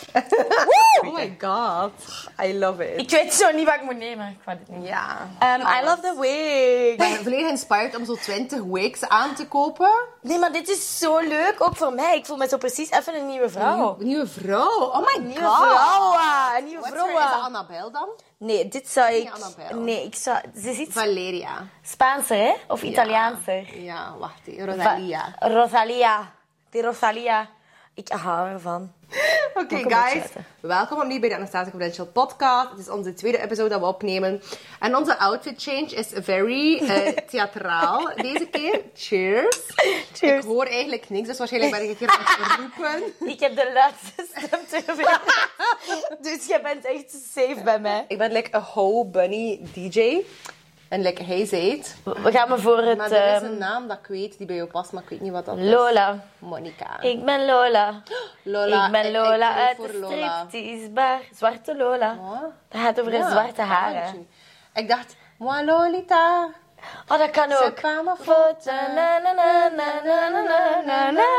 Oh my god. I love it. Ik weet zo niet wat ik moet nemen. Ik ga dit niet. Ja. I love the wig. Ik ben volledig inspired om zo 20 wigs aan te kopen. Nee, maar dit is zo leuk. Ook voor mij. Ik voel me zo precies even een nieuwe vrouw. Nieuwe vrouw. Oh my Nieuwe god. vrouw. Een nieuwe Is vrouw. dat Annabel dan? Nee, dit zou ik... Niet Annabel. Nee, ik zou... Ze is iets Valeria. Spaanser, hè? Of Italiaanser. Ja, wacht. Rosalia. Rosalia. Die Rosalia. Ik hou ervan. Oké, Ook een guys. beetje uit, Welkom opnieuw bij de Anastasia Confidential podcast. Het is onze tweede episode dat we opnemen. En onze outfit change is very theatraal deze keer. Cheers. Cheers. Ik hoor eigenlijk niks, dus waarschijnlijk ben ik een keer aan het roepen. Ik heb de laatste stem te veel. Dus jij bent echt safe bij mij. Ik ben like een Ho Bunny DJ. En like hij zei het. We gaan maar voor het... Maar er is een naam dat ik weet die bij jou past, maar ik weet niet wat dat is. Lola. Monica. Ik ben Lola. Lola. Ik ben Lola ik uit voor de Lola. striptease bar. Zwarte Lola. Wat? Dat gaat over haar zwarte haren. Ik dacht, moi Lolita. Oh, dat kan ook. C'est pas ma Foto, faute. na, na, na, na, na, na, na, na.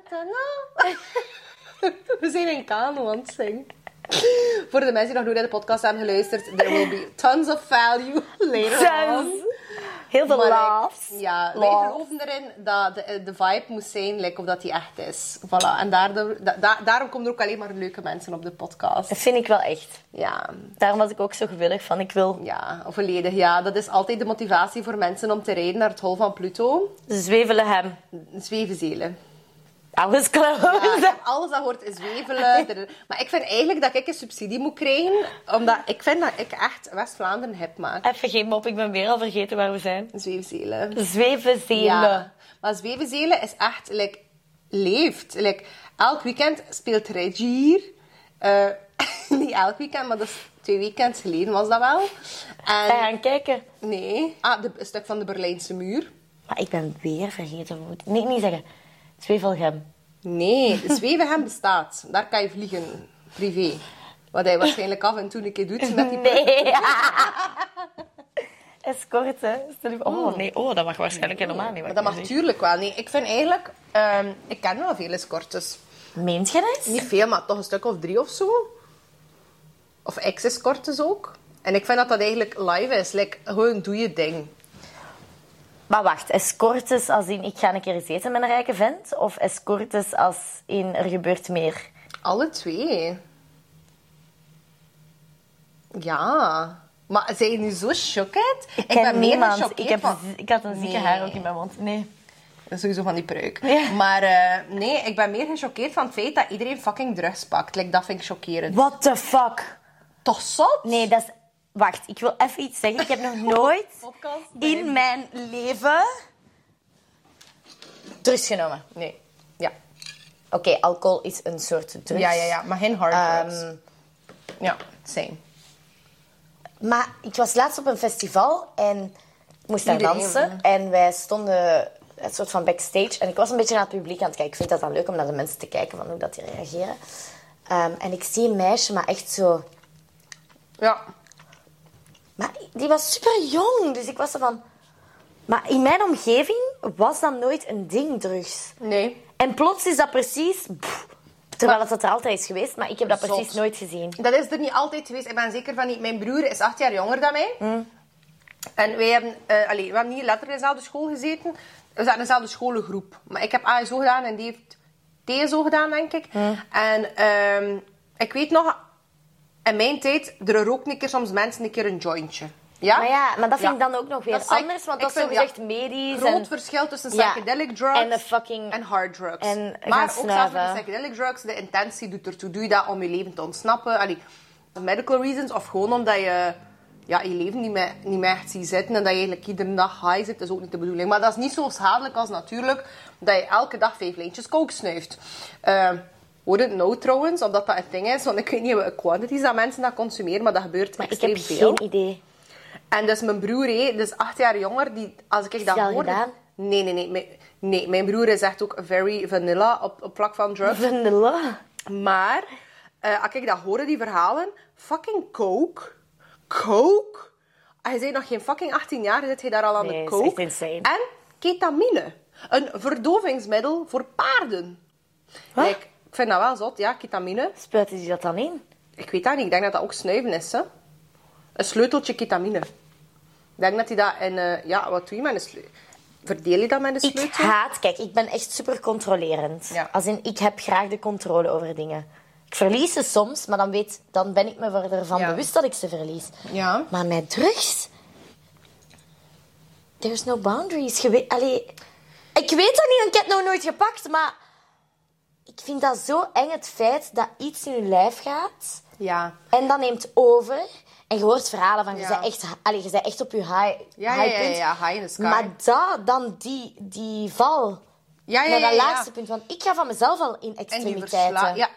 We zijn in kano aan het zingen. Voor de mensen die nog nooit naar de podcast hebben geluisterd, there will be tons of value later on. Heel veel Maar laughs. ja, wij Laughs. geloven erin dat de vibe moet zijn of dat die echt is. Voilà. En daarom komen er ook alleen maar leuke mensen op de podcast. Dat vind ik wel echt. Ja, Daarom was ik ook zo gewillig van, ik wil ja, volledig. Ja, dat is altijd de motivatie voor mensen om te rijden naar het hol van Pluto. zwevelen hem. Zwevenzelen. Alles klaar. Ja, ik heb alles dat hoort zwevelen. Maar ik vind eigenlijk dat ik een subsidie moet krijgen, omdat ik vind dat ik echt West-Vlaanderen hip maak. Even geen mop, ik ben weer al vergeten waar we zijn. Zwevenzelen. Zwevenzelen. Ja, maar zwevenzelen is echt, leeft. Elk weekend speelt Reggie hier. Niet elk weekend, maar dat is 2 weekends geleden was dat wel. Ga je gaan kijken? Nee, een stuk van de Berlijnse muur. Maar ik ben weer vergeten hoe het... Nee, niet zeggen. Zwevelgem. Nee, de Zwevenhem bestaat. Daar kan je vliegen, privé. Wat hij waarschijnlijk af en toe een keer doet met die... Nee. Escorte. Oh nee, dat mag waarschijnlijk helemaal niet. Maar dat mag tuurlijk wel. Nee, ik vind eigenlijk... ik ken wel veel escortes. Meent je dat? Niet veel, maar toch een stuk of 3 of zo. Of ex-escortes ook. En ik vind dat dat eigenlijk live is. Gewoon doe je ding. Maar wacht, escortes als in ik ga een keer eens eten met een rijke vent? Of escortes als in er gebeurt meer? Alle twee. Ja. Maar zijn je nu zo choqueerd? Ik ken niemand. gechoqueerd van... Ik had een zieke Nee. haar ook in mijn mond. Nee. Dat is sowieso van die pruik. Ja. Maar nee, ik ben meer gechoqueerd van het feit dat iedereen fucking drugs pakt. Dat vind ik chockerend. What the fuck? Toch zot? Nee, dat is... Wacht, ik wil even iets zeggen. Ik heb nog nooit Podcast in mijn leven drugs genomen. Nee. Ja. Oké, alcohol is een soort drugs. Ja. Maar geen hard drugs. Ja, same. Maar ik was laatst op een festival en ik moest daar Iedereen, dansen. En wij stonden een soort van backstage. En ik was een beetje naar het publiek aan het kijken. Ik vind dat dan leuk om naar de mensen te kijken, van hoe dat die reageren. En ik zie een meisje, maar echt zo... Ja. Maar die was super jong, dus ik was er van... Maar in mijn omgeving was dat nooit een ding, drugs. Nee. En plots is dat precies... terwijl het er altijd is geweest, maar ik heb dat Zot. precies nooit gezien. Dat is er niet altijd geweest. Ik ben zeker van niet. Mijn broer is 8 jaar jonger dan mij. En wij hebben, we hebben niet letterlijk in dezelfde school gezeten. We zaten in dezelfde scholengroep. Maar ik heb ASO gedaan en die heeft TSO gedaan, denk ik. En ik weet nog, in mijn tijd, er roken een keer soms mensen een keer een jointje. Ja? Maar ja, maar dat vind ik dan ook nog weer Dat is anders, want ik dat is vind, zogezegd medisch. Groot verschil tussen Ja. psychedelic drugs En de fucking... en hard drugs. en gaan Maar ook zelfs met de snuiven. psychedelic drugs, de intentie doet ertoe. Doe je dat om je leven te ontsnappen? Allee, medical reasons of gewoon omdat je je leven niet meer echt ziet zitten en dat je eigenlijk iedere dag high zit, is ook niet de bedoeling. Maar dat is niet zo schadelijk als natuurlijk dat je elke dag 5 lijntjes coke snuift. Hoor het nou trouwens, omdat dat een ding is, want ik weet niet welke quantities dat mensen dat consumeren, maar dat gebeurt Maar ik extreem heb veel. geen idee. En dus mijn broer, dus 8 jaar jonger, die, als ik dat je al hoorde... gedaan? Nee, mijn broer is echt ook very vanilla op vlak van drugs. Vanilla. Maar, als ik dat hoorde, die verhalen, fucking coke. Coke? Hij zei nog geen fucking 18 jaar, zit hij daar al aan Nee, de dat is coke. echt insane. En ketamine. Een verdovingsmiddel voor paarden. Wat? Like, Ik vind dat wel zot, ja, ketamine. Spuiten die dat dan in? Ik weet dat niet, ik denk dat dat ook snuiven is, hè. Een sleuteltje ketamine. Ik denk dat hij dat in... wat doe je met een sleutel? Verdeel je dat met een sleutel? Kijk, ik ben echt super controlerend. Ja. Als in, ik heb graag de controle over dingen. Ik verlies ze soms, maar dan ben ik me ervan bewust dat ik ze verlies. Ja. Maar met drugs... There's no boundaries. Ik weet dat niet, ik heb het nog nooit gepakt, maar... Ik vind dat zo eng, het feit dat iets in je lijf gaat... Ja. En dat neemt over... En je hoort verhalen van, je Ja. bent echt op je highpunt. Ja, high in the sky. Maar dan die val... Ja. Naar dat laatste punt. Want ik ga van mezelf al in En die extremiteiten. Ja,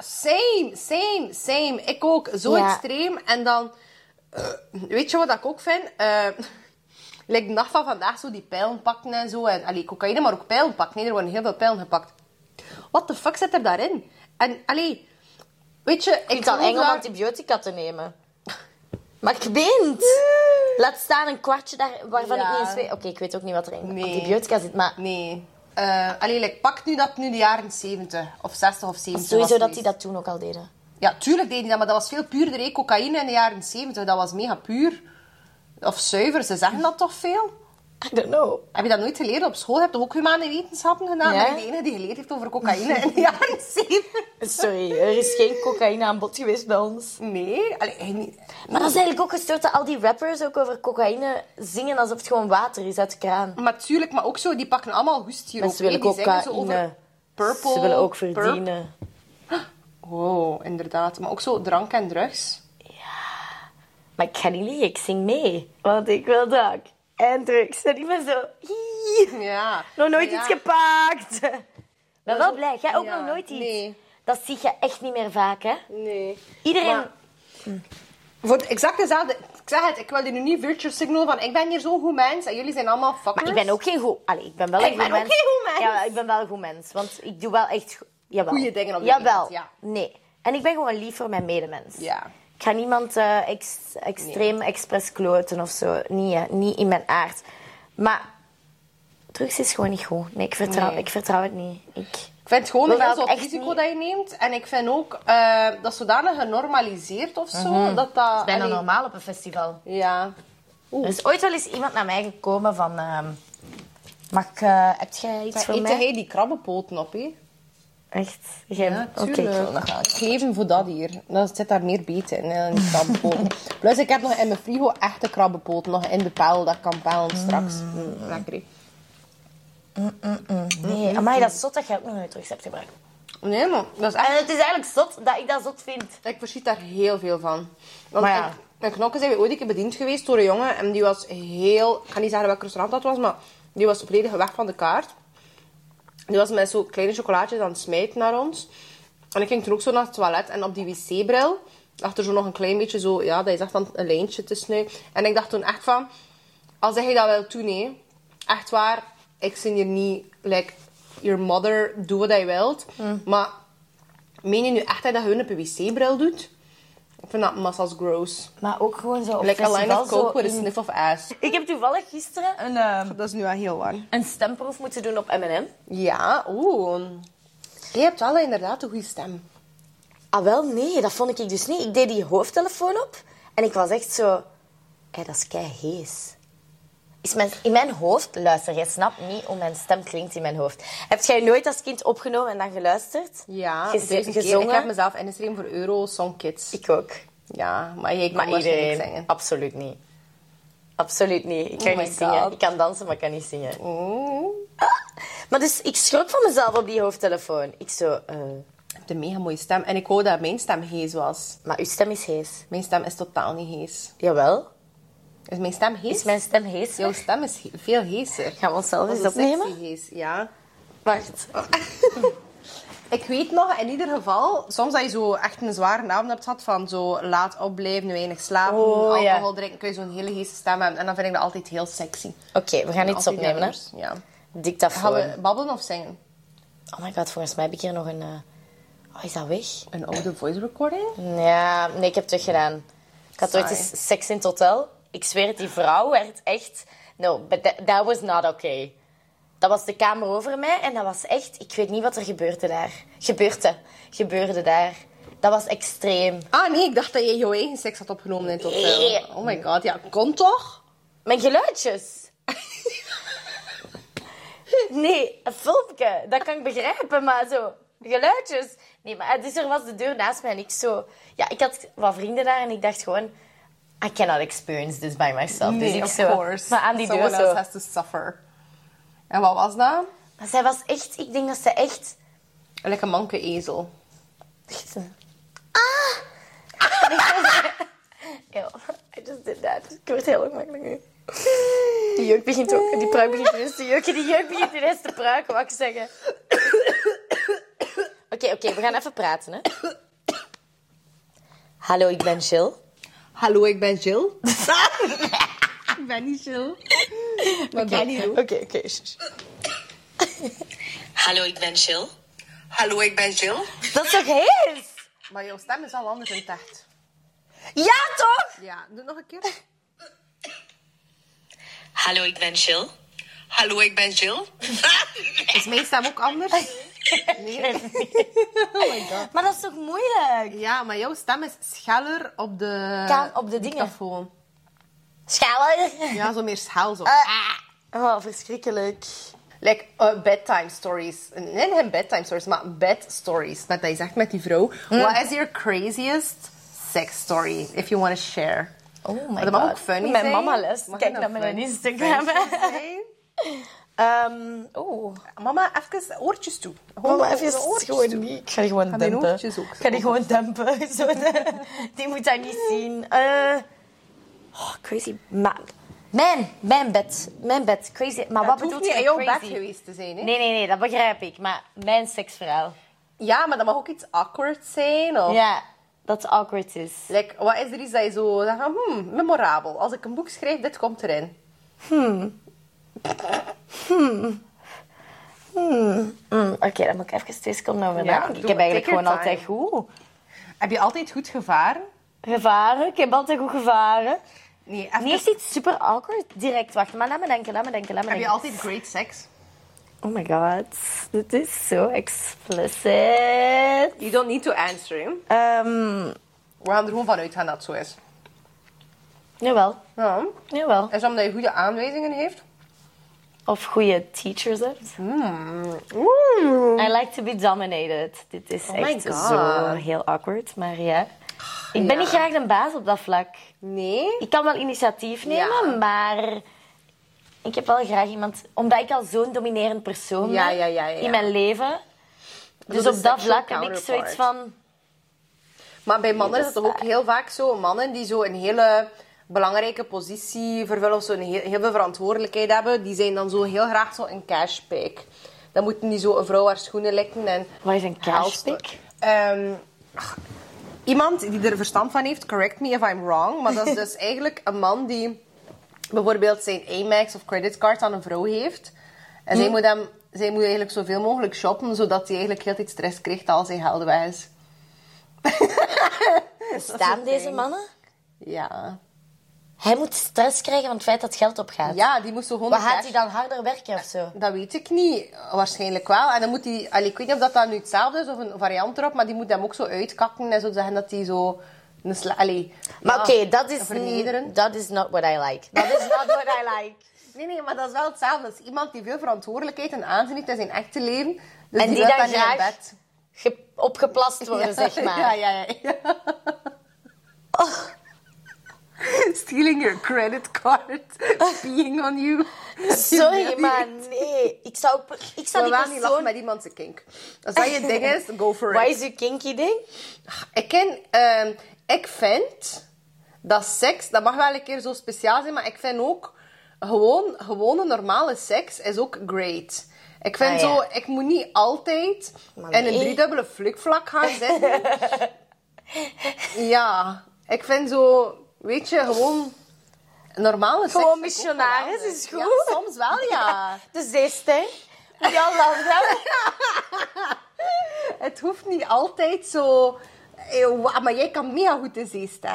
same. Ik ook. Zo Ja. extreem. En dan... weet je wat ik ook vind? Like de dag van vandaag zo die pijlen pakken en zo. En cocaïne, maar ook pijlen pakken. Nee, er worden heel veel pijlen gepakt. What the fuck zit er daarin? En weet je... Ik vind het al eng om antibiotica te nemen. Maar ik weet het. Laat staan een kwartje daar, waarvan ik niet eens weet... Oké, ik weet ook niet wat er in antibiotica zit, maar... Nee. Pak nu dat het nu de jaren 70 of 60 of 70 Sowieso was dat die geweest. dat toen ook al deden. Ja, tuurlijk deed hij dat, maar dat was veel puurder. Hè? Cocaïne in de jaren 70, dat was mega puur. Of zuiver, ze zeggen dat toch veel? I don't know. Heb je dat nooit geleerd op school? Je hebt toch ook humane wetenschappen gedaan? Ja. Ben je de enige die geleerd heeft over cocaïne in de jaren 70? Sorry, er is geen cocaïne aan bod geweest bij ons. Nee. Maar dat is eigenlijk ook gestoord dat al die rappers ook over cocaïne zingen alsof het gewoon water is uit de kraan. Maar tuurlijk, maar ook zo, die pakken allemaal hoest hier Mensen ook. willen Die zingen zo cocaïne. over purple. Ze willen ook verdienen. Wow, inderdaad. Maar ook zo drank en drugs. Maar ik ga niet liegen, ik zing mee. Want ik wil drank en drugs. En ik ben zo... Ja. Nog nooit Ja. iets gepakt. Ben wel zo- blij. Jij ook ja, nog nooit iets? nee. Dat zie je echt niet meer vaak, hè? Nee. Iedereen... Maar voor het exact dezelfde... Ik zeg het, ik wil je nu niet virtue signal van ik ben hier zo'n goed mens en jullie zijn allemaal fuckers. Maar ik ben ook geen goed... Allee, ik ben wel een Ik ben goed ook mens. geen goed mens. Ja, ik ben wel een goed mens. Want ik doe wel echt... Jawel. Goeie dingen op de Jawel. wereld, ja. Nee. En ik ben gewoon lief voor mijn medemens. Ja. Ik ga niemand extreem expres kloten of zo. Niet, hè. Niet in mijn aard. Maar drugs is gewoon niet goed. Nee, ik vertrouw het niet. Ik vind het gewoon Wil een heel dat zo'n echt risico niet. dat je neemt. En ik vind ook dat zodanig genormaliseerd of zo. Dat bijna normaal op een festival. Ja. Er is ooit wel eens iemand naar mij gekomen van... heb jij iets voor Eet mij? jij die krabbenpoten op, hè? Echt? Ja, Oké, ik tuurlijk. wil nog wel. Ik leef voor dat hier. Dan zit daar meer beet in, hè, die krabbenpoten. Plus, ik heb nog in mijn frigo echte krabbenpoten. Nog in de pijl, dat ik kan pijlen straks. Lekker, hè? Nee, amai, dat is zot dat je ook nog nooit drugs hebt gebruikt. Nee, maar dat is echt... En het is eigenlijk zot dat ik dat zot vind. Ik verschiet daar heel veel van. Want Maar ja. in Knokke zijn we ooit een keer bediend geweest door een jongen. En die was heel... Ik ga niet zeggen welk restaurant dat was, maar die was volledig weg van de kaart. Die was met zo'n kleine chocolaatjes aan het smijten naar ons. En ik ging toen ook zo naar het toilet. En op die wc-bril lag er zo nog een klein beetje zo... Ja, dat is echt dan een lijntje te snuiven. En ik dacht toen echt van... Als hij dat wil doen, hè. Echt waar. Ik zin hier niet... Like, your mother, doe wat hij wilt. Maar... Meen je nu echt dat je hun op een wc-bril doet? Ik vind dat massas gross. Maar ook gewoon zo op Like a line festival of coke with a in- sniff of ass. Ik heb toevallig gisteren Dat is nu wel heel warm. een stemproef moeten doen op M&M. Ja, oeh. Je hebt wel inderdaad een goede stem. Ah, wel, nee, dat vond ik dus niet. Ik deed die hoofdtelefoon op en ik was echt zo... Hé, dat is keihees. In mijn hoofd... Luister, jij snapt niet hoe mijn stem klinkt in mijn hoofd. Heb jij nooit als kind opgenomen en dan geluisterd? Ja, Gezongen? gezongen. Ik heb mezelf ingeschreven voor Euro Song Kids. Ik ook. Ja, maar jij kan Maar waarschijnlijk iedereen... zingen. Absoluut niet. Absoluut niet. Ik kan Oh my niet zingen. God. Ik kan dansen, maar ik kan niet zingen. Mm. Maar dus, ik schrok van mezelf op die hoofdtelefoon. Ik zo... Je hebt een mega mooie stem. En ik wou dat mijn stem hees was. Maar uw stem is hees. Mijn stem is totaal niet hees. Jawel. Is mijn stem hees? Is mijn stem hees? Jouw stem is veel heeser. Gaan we onszelf Dat eens is sexy opnemen? hees, ja. Wacht. Ik weet nog, in ieder geval, soms dat je zo echt een zware avond hebt gehad van zo laat opblijven, weinig slapen, Oh, ja. alcohol drinken, kun je zo'n hele heese stem hebben. En dan vind ik dat altijd heel sexy. Oké, we gaan iets Altijd opnemen, hè. jaloers, Ja. Gaan Dictafoon. we babbelen of zingen? Oh my god, volgens mij heb ik hier nog een... Oh, is dat weg? Een oude voice recording? Ja, nee, ik heb het teruggedaan. Ik had ooit Saai. eens seks in het hotel. Ik zweer het, die vrouw werd echt... No, but that was not okay. Dat was de kamer over mij en dat was echt... Ik weet niet wat er gebeurde daar. Dat was extreem. Ah, nee, ik dacht dat je jouw eigen seks had opgenomen in het hotel. Nee. Oh my god, ja, kon toch? Mijn geluidjes. Nee, een filmpje. Dat kan ik begrijpen, maar zo... Geluidjes. Nee, maar dus er was de deur naast mij en ik zo... Ja, ik had wat vrienden daar en ik dacht gewoon... I cannot experience this by myself. Nee, dus of ik zo... course. Maar aan die deur Someone zo... else has to suffer. En wat was dat? Maar zij was echt... Ik denk dat ze echt... Like een manke ezel. echt zo... Yo, I just did that. Ik word heel ongemakkelijk nu. Die jeuk begint ook... Die pruik begint ineens te jeuken. Die jeuk begint ineens te pruiken, wat ik zeggen. Oké, we gaan even praten, hè. Hallo, ik ben Jill. Hallo, ik ben Jill. Ik ben niet Jill. Maar ben niet ook. Oké. Hallo, ik ben Jill. Hallo, ik ben Jill. Dat is toch hees? Maar jouw stem is al anders in het echt. Ja, toch? Ja, doe het nog een keer. Hallo, ik ben Jill. Hallo, ik ben Jill. Is mijn stem ook anders? Nee. Oh my god. Maar dat is toch moeilijk? Ja, maar jouw stem is scheller op de... Op de dingen. microfoon. Schaller. Ja, zo meer schel zo. Oh, verschrikkelijk. Like bedtime stories. Nee, geen bedtime stories, maar bed stories. Dat je zegt met die vrouw. What is your craziest sex story, if you want to share? Oh my Maar dat mag god. ook funny Mijn zijn. mama les. Mag Kijk dat naar mijn funny Instagram. zijn? Mama, even oortjes toe. Mama, Gewoon even oortjes gewoon toe. niet. Ik ga die gewoon Ga mijn dempen. oortjes ook Ik ga die gewoon dempen. Zo, die moet dat niet zien. Crazy. Mijn bed. Crazy. Maar wat Het hoeft bedoelt niet je in jouw met bed crazy? geweest te zijn, hè? Nee, dat begrijp ik. Maar mijn seksverhaal. Ja, maar dat mag ook iets awkward zijn. Of... Ja, dat awkward is. Like, wat is er iets dat je zo zegt van, memorabel. Als ik een boek schrijf, dit komt erin. Oké, dan moet ik even 2 seconden over Ja, nadenken. doe Ik heb het. eigenlijk Take gewoon your altijd time. goed Heb je altijd goed gevaren? gevaren. Ik heb altijd goed gevaren. Nee, even... Niet echt iets super awkward. Direct, wacht. Maar laat me denken. Heb je altijd great sex? Oh my god. Dit is zo explicit. You don't need to answer, hè? We gaan er gewoon van uitgaan dat het zo is. Jawel. Ja. Jawel. Is omdat je goede aanwijzingen heeft? Of goede teachers hebt. I like to be dominated. Dit is Oh my echt God. zo heel awkward. Maar ja. Ik ben niet graag een baas op dat vlak. Nee? Ik kan wel initiatief nemen, Ja. maar ik heb wel graag iemand... Omdat ik al zo'n dominerend persoon Ja, ben ja. in mijn leven. Dus is op dat sexual vlak heb ik counterpart. zoiets van... Maar bij mannen is dat het is toch ook heel vaak zo. Mannen die zo een hele belangrijke positie vervullen of zo een heel veel verantwoordelijkheid hebben, die zijn dan zo heel graag zo een cashpick. Dan moeten die zo een vrouw haar schoenen likken en... Wat is een cashpick? Iemand die er verstand van heeft, correct me if I'm wrong, maar dat is dus eigenlijk een man die bijvoorbeeld zijn Amex of creditcard aan een vrouw heeft. En zij moet eigenlijk zoveel mogelijk shoppen, zodat hij eigenlijk heel veel stress krijgt als zijn geld weg is. Staan deze fijn. mannen? Ja. Hij moet stress krijgen van het feit dat geld opgaat. Ja, die moest zo gewoon... Wat de gaat cash- hij dan harder werken of zo? Dat weet ik niet. Waarschijnlijk wel. En dan moet hij... Ik weet niet of dat nu hetzelfde is of een variant erop, maar die moet hem ook zo uitkakken en zo zeggen dat hij zo... Maar oké, dat is... vernederen. Dat is not what I like. Dat is not what I like. Nee, maar dat is wel hetzelfde. Dat is iemand die veel verantwoordelijkheid en aanzien heeft in zijn echte leven. Dus En die wil dan niet in graag bed. Opgeplast worden, zeg maar. Ja. Stealing your credit card. Peeing on you. Sorry, maar nee. Ik zou Maar die wel niet lachen persoon... met iemand zijn kink. Als dat je ding is, go for it. Wat is uw kinky ding? Ik vind dat seks, dat mag wel een keer zo speciaal zijn, maar ik vind ook gewone normale seks is ook great. Ik vind Ah, ja. zo, ik moet niet altijd Maar in een nee. driedubbele flikvlak gaan zitten. Ja, ik vind zo, weet je, gewoon normale seks. Gewoon vind ik ook missionaris geweldig. is goed. Ja, soms wel, ja. De zeester. Die al love Het hoeft niet altijd zo... Maar jij kan mega goed de zeester.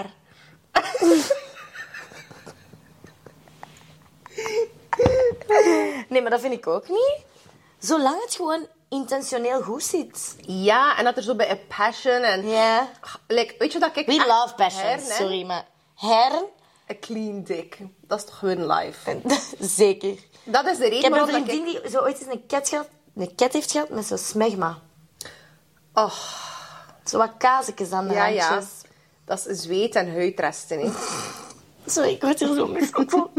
Nee, maar dat vind ik ook niet. Zolang het gewoon intentioneel goed zit. Ja, en dat er zo bij een passion en... Ja. Like, weet je wat ik... We echt love passion, hern, hè? sorry, maar... Hern? Een clean dick. Dat is toch hun life? Zeker. Dat is de reden Ik heb een waarom vriendin die zo ooit eens een cat heeft gehad met zo'n smegma. Oh, Zo wat kazekjes aan de ja. handjes. Dat is zweet en huidresten, hè. Sorry, ik word hier zo misselijk van.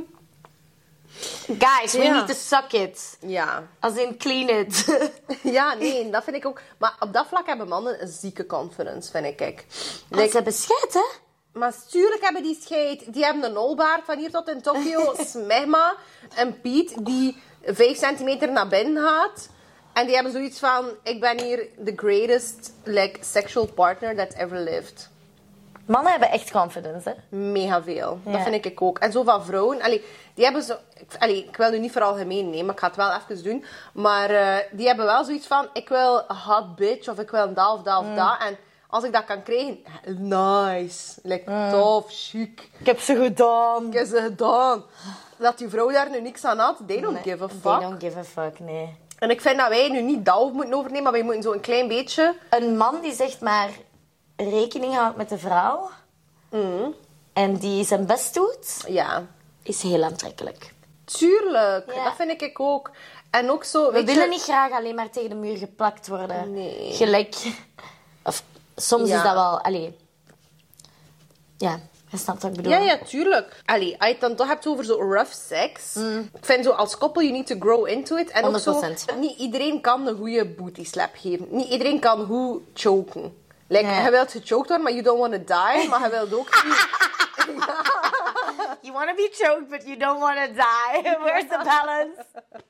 Guys, we Ja. need to suck it. Ja. Als in clean it. Ja, nee, dat vind ik ook. Maar op dat vlak hebben mannen een zieke confidence, vind ik. Ze hebben scheid, hè? Maar natuurlijk hebben die scheid. Die hebben een olbaard van hier tot in Tokio. Smegma. En Piet die 5 centimeter naar binnen gaat. En die hebben zoiets van... Ik ben hier the greatest sexual partner that ever lived. Mannen hebben echt confidence, hè? Mega veel. Ja. Dat vind ik ook. En zo van vrouwen. Die hebben zo... ik wil nu niet voor algemeen nemen, maar ik ga het wel even doen. Maar die hebben wel zoiets van... Ik wil een hot bitch of ik wil een dat of dat of dat. En als ik dat kan krijgen... Nice. Tof, chic. Ik heb ze gedaan. Ik heb ze gedaan. Dat die vrouw daar nu niks aan had. They don't give a fuck. They don't give a fuck, nee. En ik vind dat wij nu niet dat moeten overnemen, maar wij moeten zo een klein beetje... Een man die zeg maar rekening houdt met de vrouw... en die zijn best doet, Ja. is heel aantrekkelijk. Tuurlijk. Ja. Dat vind ik ook. En ook zo... We weet willen je, niet graag alleen maar tegen de muur geplakt worden. Nee. Gelijk. Of soms Ja. is dat wel... Allee. Ja, je snapt wat ik bedoel. Ja, tuurlijk. Als je het dan toch hebt over zo rough sex. Ik vind zo als koppel, you need to grow into it. En ook zo, 100%. niet iedereen kan een goede booty slap geven. Niet iedereen kan goed choken. Nee. Je wilt gechoked worden, maar you don't want to die. Maar je wilt ook niet... You want to be choked, but you don't want to die. Where's the balance?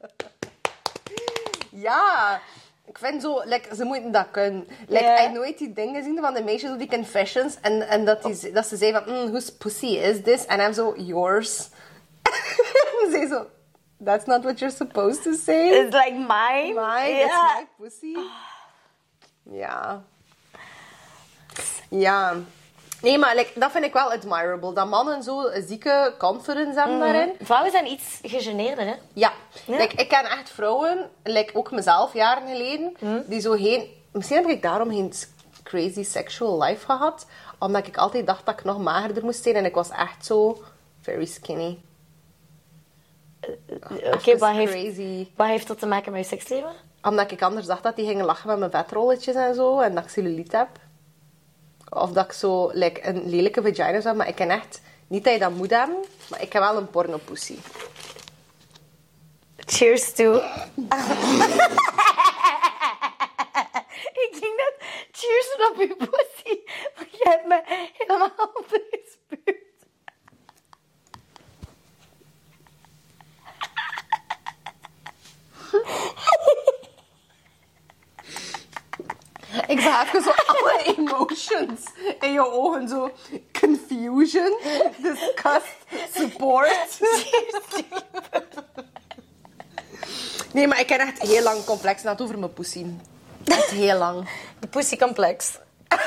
Ja, ik vind zo, ze moeten dat kunnen. Ik heb nooit die dingen gezien van de meisjes op die confessions. En dat ze zei van, whose pussy is this? En hem zo, yours. En ze zo, that's not what you're supposed to say. It's like mine. Mine, it's my pussy. Ja. Ja. Nee, maar dat vind ik wel admirable. Dat mannen zo een zieke confidence hebben daarin. Vrouwen zijn iets gegeneerder, hè? Ja. Ja. Ik ken echt vrouwen, ook mezelf jaren geleden, die zo geen... Misschien heb ik daarom geen crazy sexual life gehad, omdat ik altijd dacht dat ik nog magerder moest zijn en ik was echt zo very skinny. Oké, Crazy. wat heeft dat te maken met je seksleven? Omdat ik anders dacht dat die gingen lachen met mijn vetrolletjes en zo, en dat ik cellulite heb. Of dat ik zo een lelijke vagina zou hebben, maar ik ken echt... Niet dat je dat moet hebben, maar ik heb wel een pornopussy. Cheers to... Ik denk dat... Cheers op je pussy. Maar jij hebt me helemaal gespuugd. Ik zag even zo alle emotions in je ogen. Zo confusion, disgust, support. Nee, maar ik ken echt heel lang complex net over mijn pussy. Echt heel lang. De pussycomplex.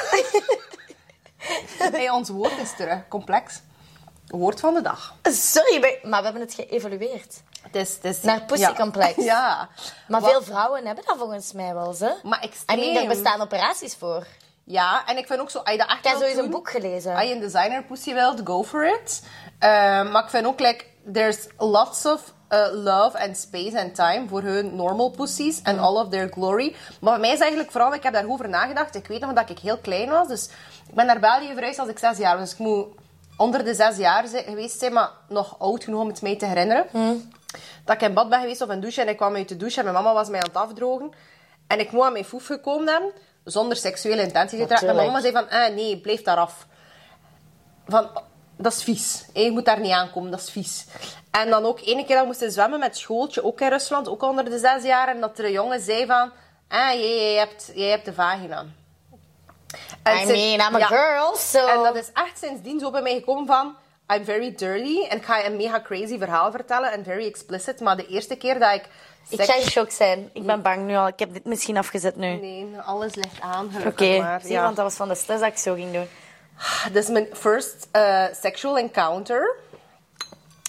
Hey, ons woord is terug. Complex. Woord van de dag. Sorry, maar we hebben het geëvolueerd. Het is, Naar pussycomplex. Ja. Maar Wat- veel vrouwen hebben dat volgens mij wel, hè? Maar I extreem. mean, er bestaan operaties voor. Ja, en ik vind ook zo... Als je dat echt Ik heb wilt sowieso een doen, boek gelezen. Als je een designer pussy wilt, go for it. Maar ik vind ook, there's lots of love and space and time voor hun normal pussies and all of their glory. Maar bij mij is eigenlijk vooral, ik heb daarover nagedacht. Ik weet nog dat ik heel klein was, dus ik ben naar België verhuisd als ik 6 jaar was. Dus ik moet onder de 6 jaar geweest zijn, maar nog oud genoeg om het mij te herinneren. Dat ik in bad ben geweest of in douche en ik kwam uit de douche en mijn mama was mij aan het afdrogen. En ik moet aan mijn foef gekomen hebben, zonder seksuele intenties uiteraard. En mijn mama zei van, nee, blijf daar af. Van, dat is vies. Je moet daar niet aankomen, dat is vies. En dan ook ene keer dat we moesten zwemmen met schooltje, ook in Rusland, ook onder de 6 jaar. En dat er een jongen zei van, jij hebt de vagina. En I mean, I'm a girl, so... En dat is echt sindsdien zo bij mij gekomen van... I'm very dirty. En ik ga je een mega crazy verhaal vertellen. En very explicit. Maar de eerste keer dat ik... Ik ga in shock zijn. Ik ben bang nu al. Ik heb dit misschien afgezet nu. Nee, alles ligt aan. Oké, maar. zie, want dat was van de stress dat ik zo ging doen. Dit is mijn first sexual encounter.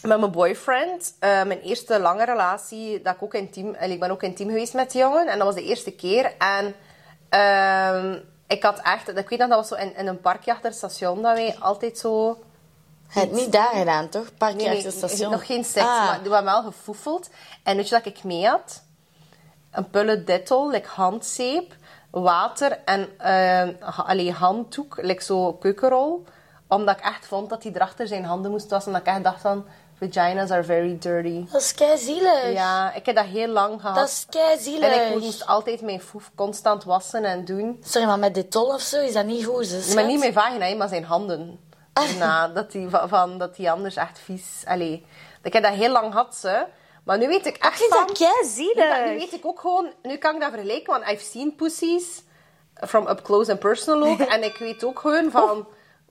met mijn boyfriend. Mijn eerste lange relatie. Dat ik ook intiem... Ik ben ook intiem geweest met die jongen. En dat was de eerste keer. En ik had echt... Ik weet nog, dat was zo in een parkje achter het station. Dat wij altijd zo... Je hebt niet daar gedaan, toch? Parkje Nee, achter het station. nog geen seks. Maar we hebben wel gefoefeld. En weet je wat ik mee had? Een pulle Dettol, like handzeep, water en handdoek, like zo keukenrol. Omdat ik echt vond dat hij erachter zijn handen moest wassen. Omdat ik echt dacht van, vaginas are very dirty. Dat is keizielig. Ja, ik heb dat heel lang gehad. Dat is keizielig. En ik moest altijd mijn foef constant wassen en doen. Sorry, maar met Dettol of zo is dat niet goed, hè, Maar niet mijn vagina, maar zijn handen. Daarna, dat die anders echt vies... Ik heb dat heel lang gehad, ze. Maar nu weet ik echt Ik vind van... dat keizielig. Nu weet ik ook gewoon... Nu kan ik dat vergelijken, want I've seen pussies from up close and personal ook. En ik weet ook gewoon van...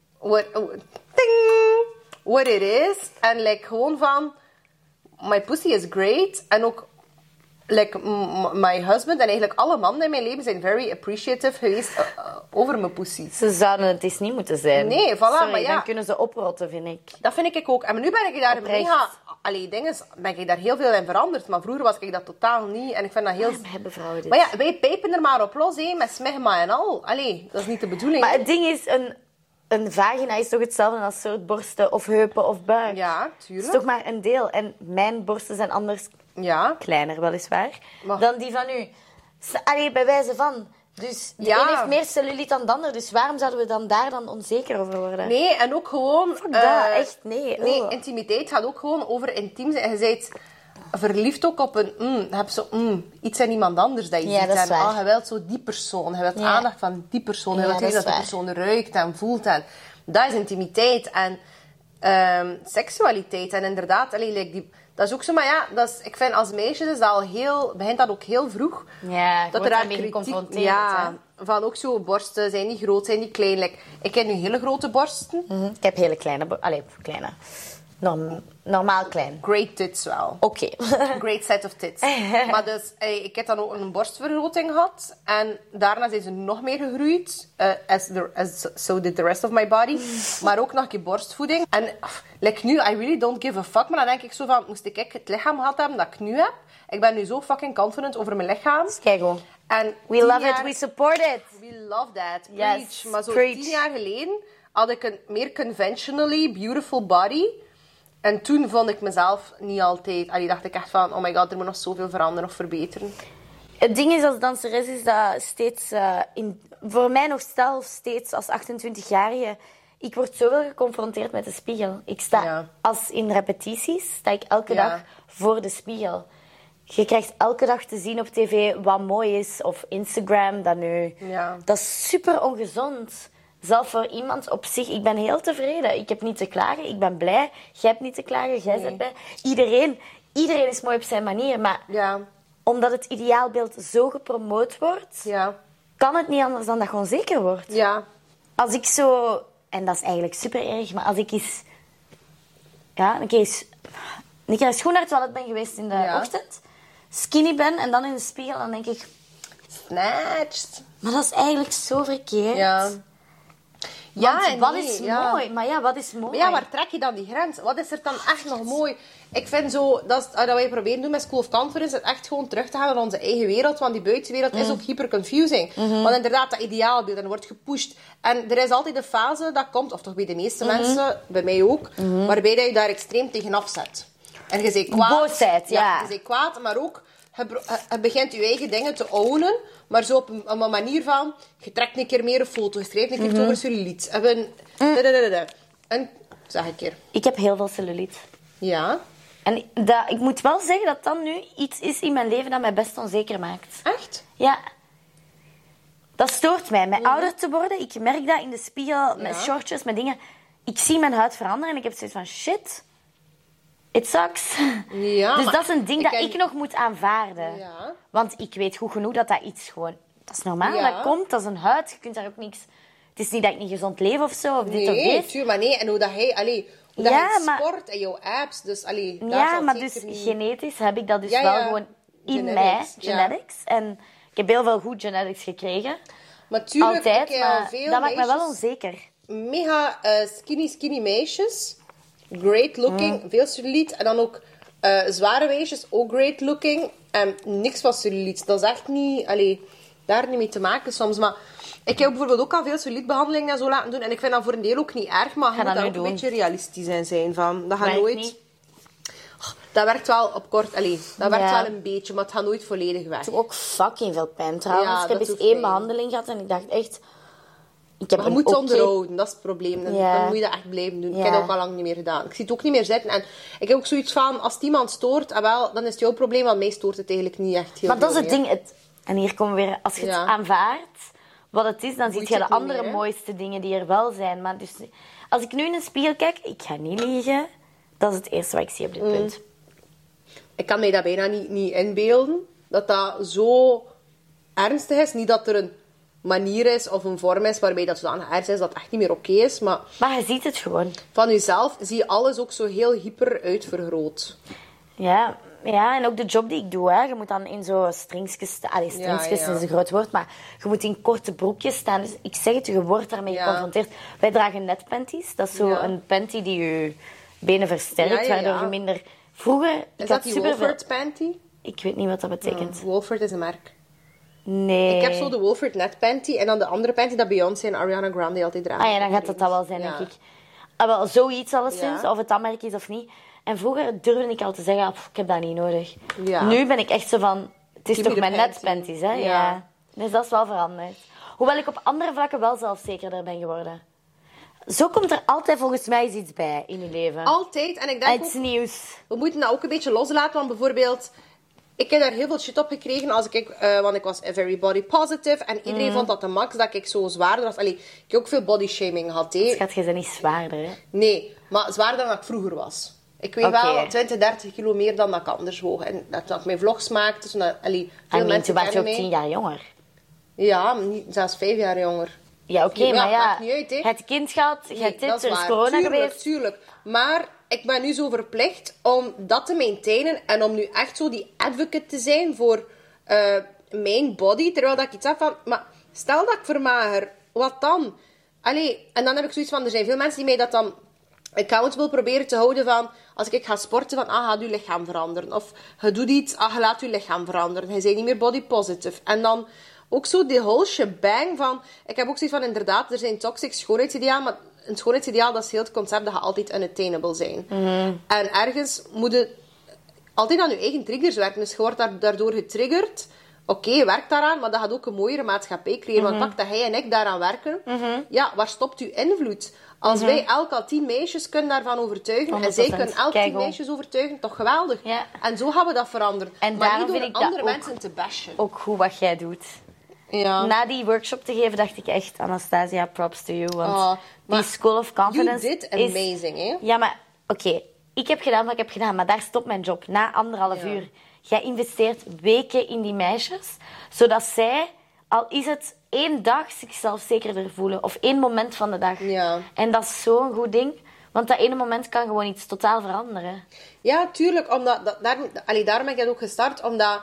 What it is. En gewoon van... My pussy is great. En ook... my husband en eigenlijk alle mannen in mijn leven zijn very appreciative geweest over mijn pussies. Ze zouden het eens niet moeten zijn. Nee, voilà, Sorry, maar ja. dan kunnen ze oprotten, vind ik. Dat vind ik ook. En nu ben ik daar Oprecht. ben ik daar heel veel in veranderd. Maar vroeger was ik dat totaal niet. En ik vind dat heel... We hebben vrouwen dit. Maar ja, wij pijpen er maar op los, hè, met smegma en al. Dat is niet de bedoeling. Maar het ding is, een vagina is toch hetzelfde als soort borsten of heupen of buik? Ja, Het tuurlijk. is toch maar een deel. En mijn borsten zijn anders Ja. kleiner, weliswaar, Maar- dan die van u. Bij wijze van. Dus de Ja. een heeft meer celluliet dan de ander. Dus waarom zouden we daar dan onzeker over worden? Nee, en ook gewoon... Echt, nee. Nee, Oh. intimiteit gaat ook gewoon over intiem zijn. En je bent verliefd ook op een... je hebt zo iets aan iemand anders dat je Ja, ziet. dat is En waar. je wilt zo die persoon. Je wilt Ja. aandacht van die persoon. Je Ja, wilt dat weten is dat die waar. persoon ruikt en voelt. En dat is intimiteit. En seksualiteit. En inderdaad, dat is ook zo. Maar ja, ik vind als meisjes is dat begint dat ook heel vroeg. Ja, je wordt daar daarmee geconfronteerd. Ja, van ook zo borsten. Zijn die groot, zijn die klein? Ik heb nu hele grote borsten. Hè? Ik heb hele kleine... kleine. Normaal klein. Great tits wel. Oké. Great set of tits. Maar dus, ik heb dan ook een borstvergroting gehad. En daarna zijn ze nog meer gegroeid. So did the rest of my body. Maar ook nog een keer borstvoeding. En nu, I really don't give a fuck. Maar dan denk ik zo van, moest ik het lichaam gehad hebben dat ik nu heb? Ik ben nu zo fucking confident over mijn lichaam. Kijk gewoon. En We 10 love jaar- it, we support it. We love that. Yes, Preach. Maar zo preach. 10 jaar geleden had ik een meer conventionally beautiful body. En toen vond ik mezelf niet altijd... dacht ik echt van, oh my god, er moet nog zoveel veranderen of verbeteren. Het ding is als danseres is dat steeds... voor mij nog steeds als 28-jarige... Ik word zoveel geconfronteerd met de spiegel. Ik sta Ja. als in repetities, sta ik elke Ja. dag voor de spiegel. Je krijgt elke dag te zien op tv wat mooi is. Of Instagram, dat nu. Ja. Dat is super ongezond. Zelf voor iemand op zich. Ik ben heel tevreden. Ik heb niet te klagen. Ik ben blij. Jij hebt niet te klagen. Jij bent blij. Iedereen is mooi op zijn manier. Maar Ja, omdat het ideaalbeeld zo gepromoot wordt, ja, kan het niet anders dan dat je onzeker wordt. ja. Als ik zo... En dat is eigenlijk super erg, maar als ik eens... Ja, een keer een schoen naar het toilet ben geweest in de Ja. ochtend, skinny ben en dan in de spiegel, dan denk ik... Snatched. Maar dat is eigenlijk zo verkeerd. Ja. Want en wat nee, is ja. mooi? Maar ja, wat is mooi? Maar ja, waar trek je dan die grens? Wat is er dan echt nog mooi? Ik vind zo, dat wij proberen doen met School of Conference, het echt gewoon terug te gaan naar onze eigen wereld. Want die buitenwereld is ook hyper confusing. Want inderdaad, dat ideaalbeeld, en wordt gepusht. En er is altijd een fase dat komt, of toch bij de meeste mensen, bij mij ook, waarbij dat je daar extreem tegenaf zet. En je bent kwaad. Boosheid, ja. Je bent kwaad, maar ook, je begint je eigen dingen te ownen, maar zo op een manier van, je trekt een keer meer een foto, je schrijft een keer over celluliet. En, zeg ik keer. Ik heb heel veel celluliet. Ja. En ik moet wel zeggen dat dat nu iets is in mijn leven dat mij best onzeker maakt. Echt? Ja. Dat stoort mij. Met ouder te worden, ik merk dat in de spiegel, met Ja. shortjes, met dingen. Ik zie mijn huid veranderen en ik heb zoiets van, shit, it sucks. Ja, Dus maar dat is een ding dat ken- ik nog moet aanvaarden. Ja. Want ik weet goed genoeg dat dat iets gewoon... Dat is normaal, Ja. dat komt, dat is een huid. Je kunt daar ook niks... Het is niet dat ik niet gezond leef of zo, of dit of Nee, dit. tuur, maar nee. En hoe dat hij, hoe dat Ja, hij maar- sport en jouw apps, dus daar Ja, zal maar zeker dus niet... genetisch heb ik dat dus Ja, wel ja. gewoon in Genetics, mij, ja. genetics. En ik heb heel veel goed genetics gekregen. Maar tuurlijk, Altijd, ik heb al maar veel dat maakt me wel meisjes- onzeker. Mega skinny meisjes. great looking, veel cellulite. En dan ook zware meisjes, ook great looking. En niks van cellulite. Dat is echt niet... daar niet mee te maken soms. Maar ik heb bijvoorbeeld ook al veel cellulitebehandelingen en zo laten doen. En ik vind dat voor een deel ook niet erg. Maar je moet daar ook een beetje realistisch in zijn. Van, dat gaat nooit... Niet. Dat werkt wel op kort... dat werkt wel een beetje, maar het gaat nooit volledig weg. Ik heb ook fucking veel pijn trouwens. Ja, ik heb dat eens doet 1 pijn. behandeling gehad en ik dacht echt... Ik heb Maar je een moet het oké- onderhouden, dat is het probleem. Dan moet je dat echt blijven doen. Ik heb dat ook al lang niet meer gedaan. Ik zie het ook niet meer zitten. En ik heb ook zoiets van, als het iemand stoort, dan is het jouw probleem, want mij stoort het eigenlijk niet echt heel Maar dat is veel het ding. En hier komen we weer... Als je het aanvaardt, wat het is, dan zie je de het niet andere meer, hè? mooiste dingen die er wel zijn. Maar dus, als ik nu in een spiegel kijk, ik ga niet liegen, dat is het eerste wat ik zie op dit punt. Ik kan mij dat bijna niet inbeelden. Dat zo ernstig is. Niet dat er een manier is of een vorm is waarbij dat zodanig ernstig is dat het echt niet meer oké is. Maar Maar je ziet het gewoon. van jezelf zie je alles ook zo heel hyper uitvergroot. Ja, en ook de job die ik doe. Hè. Je moet dan in zo'n stringsjes... Stringsjes Ja. is een groot woord, maar je moet in korte broekjes staan. Dus ik zeg het, je wordt daarmee geconfronteerd. Wij dragen netpanties. Dat is zo een panty die je benen versterkt, waardoor je minder... Vroeger... Is dat die Wolford panty? Ik weet niet wat dat betekent. Wolford is een merk. Nee. Ik heb zo de Wolford net panty en dan de andere panty dat Beyoncé en Ariana Grande altijd dragen. Ah ja, dan gaat dat wel zijn, denk ik. Wel, zoiets alleszins, of het dat merk is of niet. En vroeger durfde ik al te zeggen, ik heb dat niet nodig. Ja. Nu ben ik echt zo van, het is Give toch me the mijn panty. netpanties, hè? Ja. Ja. Dus dat is wel veranderd. Hoewel ik op andere vlakken wel zelfzekerder ben geworden. Zo komt er altijd volgens mij iets bij in je leven. Altijd. En ik denk Iets ook, nieuws. we moeten dat ook een beetje loslaten. Want bijvoorbeeld, ik heb daar heel veel shit op gekregen. Want ik was very body positive. En iedereen vond dat de max dat ik zo zwaarder was. Ik heb ook veel body shaming gehad. Schat, je bent niet zwaarder, hè? Nee, maar zwaarder dan ik vroeger was. Ik weeg Oké. wel 20, 30 kilo meer dan dat ik anders woog. En dat ik mijn vlogs maakte. Zodat, veel mensen Toen was je ook kennen 10 mij. jaar jonger. Ja, zelfs 5 jaar jonger. Ja, oké, Ja, maar ja, maakt niet uit, hè. je hebt kind gehad, je hebt dat dit, is er is waar. corona Tuurlijk, geweest. Tuurlijk. Maar ik ben nu zo verplicht om dat te maintainen en om nu echt zo die advocate te zijn voor mijn body. Terwijl dat ik iets heb van, maar stel dat ik vermager, wat dan? En dan heb ik zoiets van, er zijn veel mensen die mij dat dan accountable proberen te houden van, als ik ga sporten, van, gaat je lichaam veranderen. Of je doet iets, je laat je lichaam veranderen. Je bent niet meer body positive. En dan ook zo die whole shebang van... Ik heb ook zoiets van, inderdaad, er zijn toxic schoonheidsidealen, maar een schoonheidsideaal, dat is heel het concept dat je altijd unattainable zijn. En ergens moet je altijd aan je eigen triggers werken. Dus je wordt daardoor getriggerd. Oké, werk daaraan, maar dat gaat ook een mooiere maatschappij creëren. Want pak dat hij en ik daaraan werken, ja, waar stopt uw invloed? Als wij elk al 10 meisjes kunnen daarvan overtuigen, en zij 100%. kunnen elk 10 Kijk, hoor. meisjes overtuigen, toch geweldig. Ja. En zo gaan we dat veranderen. En Maar daarom niet door vind ik dat andere ook- mensen te bashen. Ook goed wat jij doet. Ja. Na die workshop te geven, dacht ik echt, Anastasia, props to you. Want Oh, die maar School of Confidence You did is... amazing, hè? Ja, maar oké, ik heb gedaan wat ik heb gedaan, maar daar stopt mijn job. Na 1,5 uur. Jij investeert weken in die meisjes, zodat zij, al is het 1 dag, zichzelf zekerder voelen. Of 1 moment van de dag. Ja. En dat is zo'n goed ding. Want dat ene moment kan gewoon iets totaal veranderen. Ja, tuurlijk. Daarom ben ik dat ook gestart. Omdat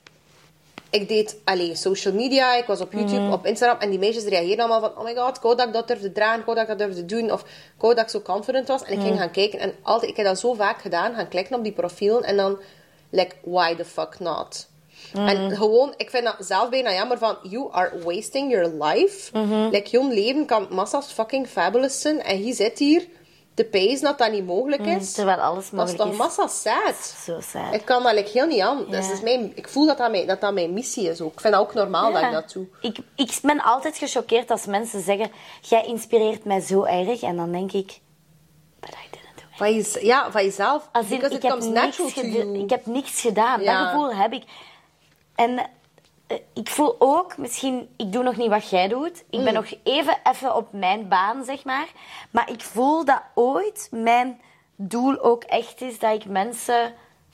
ik deed social media. Ik was op YouTube, op Instagram. En die meisjes reageerden allemaal van... Oh my god, ik wou dat ik dat durfde dragen. Ik wou dat ik dat durfde doen. Of ik wou dat ik zo confident was. En ik ging gaan kijken. En altijd, ik heb dat zo vaak gedaan. Gaan klikken op die profielen. En dan... Like, why the fuck not? En gewoon, ik vind dat zelf bijna jammer van... You are wasting your life. Like, jouw leven kan massa's fucking fabulous zijn. En je zit hier te pezen dat dat niet mogelijk is. Terwijl alles Dat is mogelijk toch is. massa sad? Zo sad. Ik kan dat heel niet aan. Ja. Dus ik voel dat mijn missie is ook. Ik vind dat ook normaal dat ik dat doe. Ik ben altijd gechoqueerd als mensen zeggen... Jij inspireert mij zo erg. En dan denk ik... But I didn't do it. Van jezelf. Als in, Because it comes natural to you. ik heb niks gedaan. Ja. Dat gevoel heb ik. En ik voel ook, misschien, ik doe nog niet wat jij doet. Ik ben nog even op mijn baan, zeg maar. Maar ik voel dat ooit mijn doel ook echt is dat ik mensen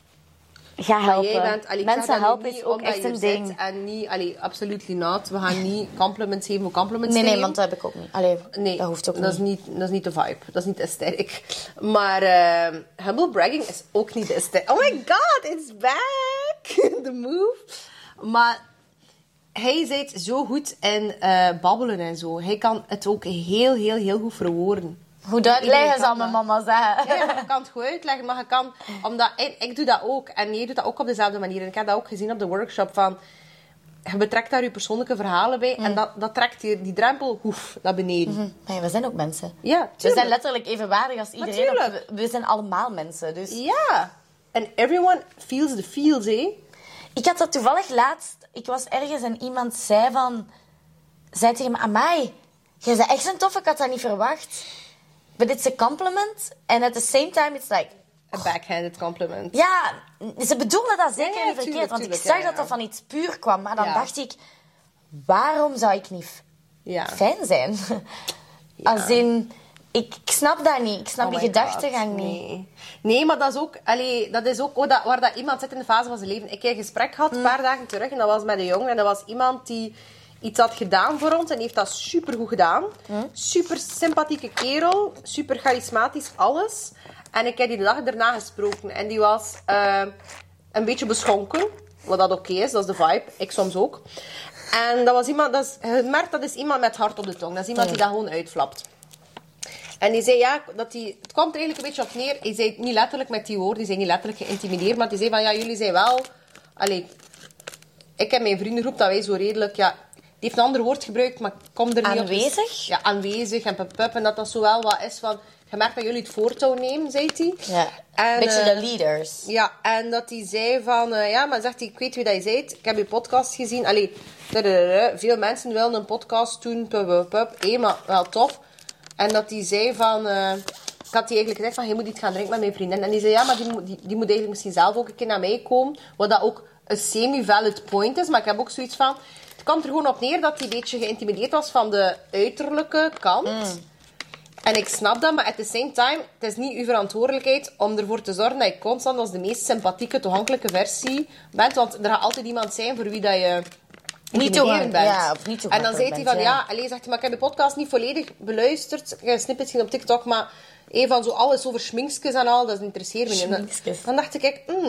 ga helpen. Jij bent, ik zeg mensen dat nu helpen niet is ook omdat echt je er een zit ding. En niet, absoluut not. We gaan niet compliments geven voor compliments Nee, geven. want dat heb ik ook niet. Allee, Nee, dat hoeft ook dat niet. Is niet de vibe. Dat is niet de aesthetic. Maar humble bragging is ook niet de aesthetic. Oh my god, it's back! The move. Maar hij zit zo goed in babbelen en zo. Hij kan het ook heel, heel, heel goed verwoorden. Goed uitleggen, zal mijn mama zeggen. Ja, maar je kan het goed uitleggen, maar je kan... Omdat, ik doe dat ook. En jij doet dat ook op dezelfde manier. En ik heb dat ook gezien op de workshop van... Je betrekt daar je persoonlijke verhalen bij. En dat trekt die drempel naar beneden. Maar we zijn ook mensen. Ja, We tuurlijk. zijn letterlijk evenwaardig als iedereen. Natuurlijk. We zijn allemaal mensen. Dus... Ja. En everyone feels the feels, hè. Ik had dat toevallig laatst... Ik was ergens en iemand zei tegen me... Amai, jij bent echt een toffe. Ik had dat niet verwacht. But it's a compliment. And at the same time, it's like... A backhanded compliment. Ja, ze bedoelden dat zeker Ja, niet verkeerd. tuurlijk, Want ik tuurlijk, zag ja, dat ja. dat van iets puur kwam. Maar dan Ja. dacht ik... Waarom zou ik niet Ja. fijn zijn? Als in... Ik snap dat niet. Ik snap Oh die my gedachtegang God, niet. Nee, maar dat is ook waar dat iemand zit in de fase van zijn leven. Ik heb een gesprek gehad een paar dagen terug en dat was met een jongen. En dat was iemand die iets had gedaan voor ons en die heeft dat supergoed gedaan. Super sympathieke kerel, super charismatisch, alles. En ik heb die de dag daarna gesproken en die was een beetje beschonken. Wat dat oké is, dat is de vibe. Ik soms ook. En dat was iemand, je merkt dat is iemand met hart op de tong. Dat is iemand die dat gewoon uitflapt. En die zei, ja, het kwam er eigenlijk een beetje op neer. Hij zei niet letterlijk met die woorden, hij zei niet letterlijk geïntimideerd, maar hij zei van, ja, jullie zijn wel... Allee, ik heb mijn vriendengroep dat wij zo redelijk, ja... Die heeft een ander woord gebruikt, maar ik kom er niet op. Aanwezig? Ja, aanwezig en pup en dat zo wel wat is van... Je merkt dat jullie het voortouw nemen, zei hij. Ja. En, Beetje de leaders. Ja, en dat hij zei van... ja, maar zegt hij, ik weet wie dat je zei. Ik heb je podcast gezien. Allee, veel mensen willen een podcast doen. Maar wel tof. En dat hij zei van... ik had hij eigenlijk gezegd van... Je moet iets gaan drinken met mijn vriendin. En die zei, ja, maar die moet eigenlijk misschien zelf ook een keer naar mij komen. Wat dat ook een semi-valid point is. Maar ik heb ook zoiets van... Het kwam er gewoon op neer dat hij een beetje geïntimideerd was van de uiterlijke kant. En ik snap dat, maar at the same time, het is niet uw verantwoordelijkheid om ervoor te zorgen dat je constant als de meest sympathieke, toegankelijke versie bent. Want er gaat altijd iemand zijn voor wie dat je Niet intimiderend bent. ja, of niet en dan zei hij bent, van, ja. ja, zegt hij, maar ik heb de podcast niet volledig beluisterd. Ik heb een snippet gezien op TikTok, maar van zo alles over schminkjes en al, dat interesseert me niet. Schminkjes. Dan dacht ik,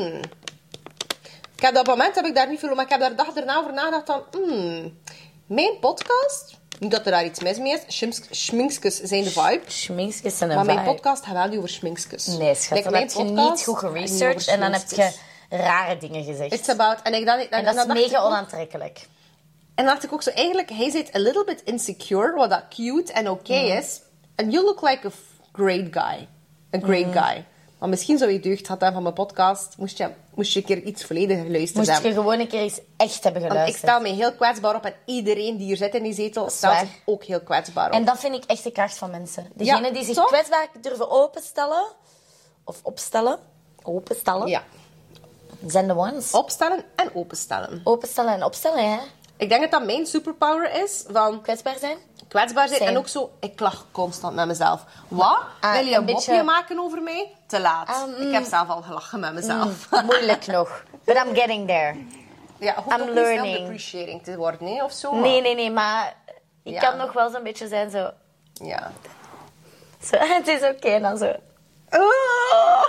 ik heb dat moment heb ik daar niet veel, maar ik heb daar de dag daarna over nagedacht van, mijn podcast, niet dat er daar iets mis mee is, schminkjes zijn de vibe. Schminkjes zijn een Maar mijn vibe. podcast gaat wel niet over schminkjes. Nee, schat. Like, Dan mijn heb je podcast niet goed gaat niet geresearched over en dan heb je schminkjes. rare dingen gezegd. It's about... En en dat is dacht ik mega ook- onaantrekkelijk. En dan dacht ik ook zo, eigenlijk, hij zit a little bit insecure, wat dat cute en oké is. And you look like a great guy. A great guy. Maar misschien zou je deugd gehad hebben van mijn podcast, moest je een keer iets volledig geluisterd Moest je hebben. gewoon een keer eens echt hebben Want ik geluisterd. stel me heel kwetsbaar op en iedereen die hier zit in die zetel stelt waar. zich ook heel kwetsbaar op. En dat vind ik echt de kracht van mensen. Degenen die zich toch? kwetsbaar durven openstellen, of openstellen, Ja. zijn de ones. Opstellen en openstellen. Openstellen en opstellen, hè. Ik denk dat dat mijn superpower is, van Kwetsbaar zijn. kwetsbaar zijn Same. en ook zo, ik lach constant met mezelf. Wat? Wil je een een beetje- mopje maken over mij? Te laat. Ik heb zelf al gelachen met mezelf. Moeilijk nog. But I'm getting there. Ja, hoeft I'm ook niet learning. self-depreciating te worden, nee, of zo. Nee, maar ik Ja. kan nog wel zo'n beetje zijn zo... Ja. zo het is oké, en dan zo... Oh.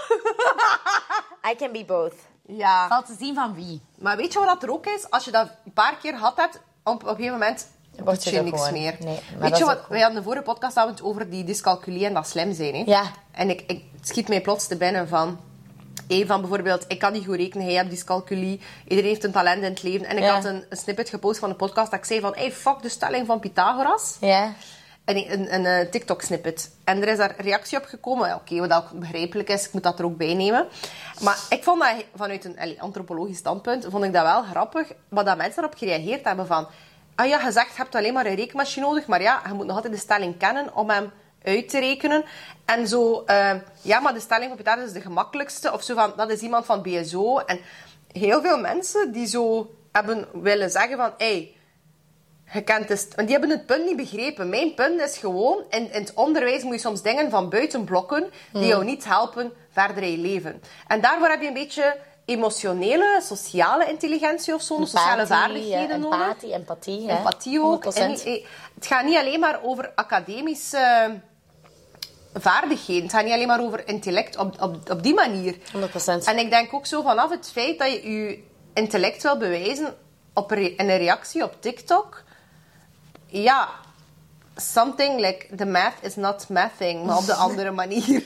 I can be both. Ja. Valt te zien van wie. Maar weet je wat dat er ook is? Als je dat een paar keer gehad hebt, op een gegeven moment Wordt doet je je dat niks gewoon. meer. Nee, maar dat weet is je ook wat? goed. Wij hadden de vorige podcastavond over die dyscalculie en dat slim zijn. Hè? Ja. En ik schiet mij plots te binnen van... van bijvoorbeeld, ik kan niet goed rekenen, jij hebt dyscalculie. Iedereen heeft een talent in het leven. En ik Ja. had een snippet gepost van een podcast dat ik zei van... fuck de stelling van Pythagoras. Ja. Een TikTok-snippet. En er is daar reactie op gekomen. Ja, oké, wat ook begrijpelijk is, ik moet dat er ook bij nemen. Maar ik vond dat vanuit een antropologisch standpunt, vond ik dat wel grappig, wat dat mensen erop gereageerd hebben van... Ah ja, je zegt, je hebt alleen maar een rekenmachine nodig, maar ja, je moet nog altijd de stelling kennen om hem uit te rekenen. En zo, ja, maar de stelling van Pythagoras is de gemakkelijkste. Of zo van, dat is iemand van BSO. En heel veel mensen die zo hebben willen zeggen van... Hey, je kent het, want die hebben het punt niet begrepen. Mijn punt is gewoon, in het onderwijs moet je soms dingen van buiten blokken die jou niet helpen verder in je leven. En daarvoor heb je een beetje emotionele, sociale intelligentie of zo, sociale vaardigheden nodig. Empathie. Empathie ook. 100%. En het gaat niet alleen maar over academische vaardigheden. Het gaat niet alleen maar over intellect op die manier. 100%. En ik denk ook zo vanaf het feit dat je je intellect wil bewijzen in een reactie op TikTok. Ja, something like the math is not mathing, maar op de andere manier.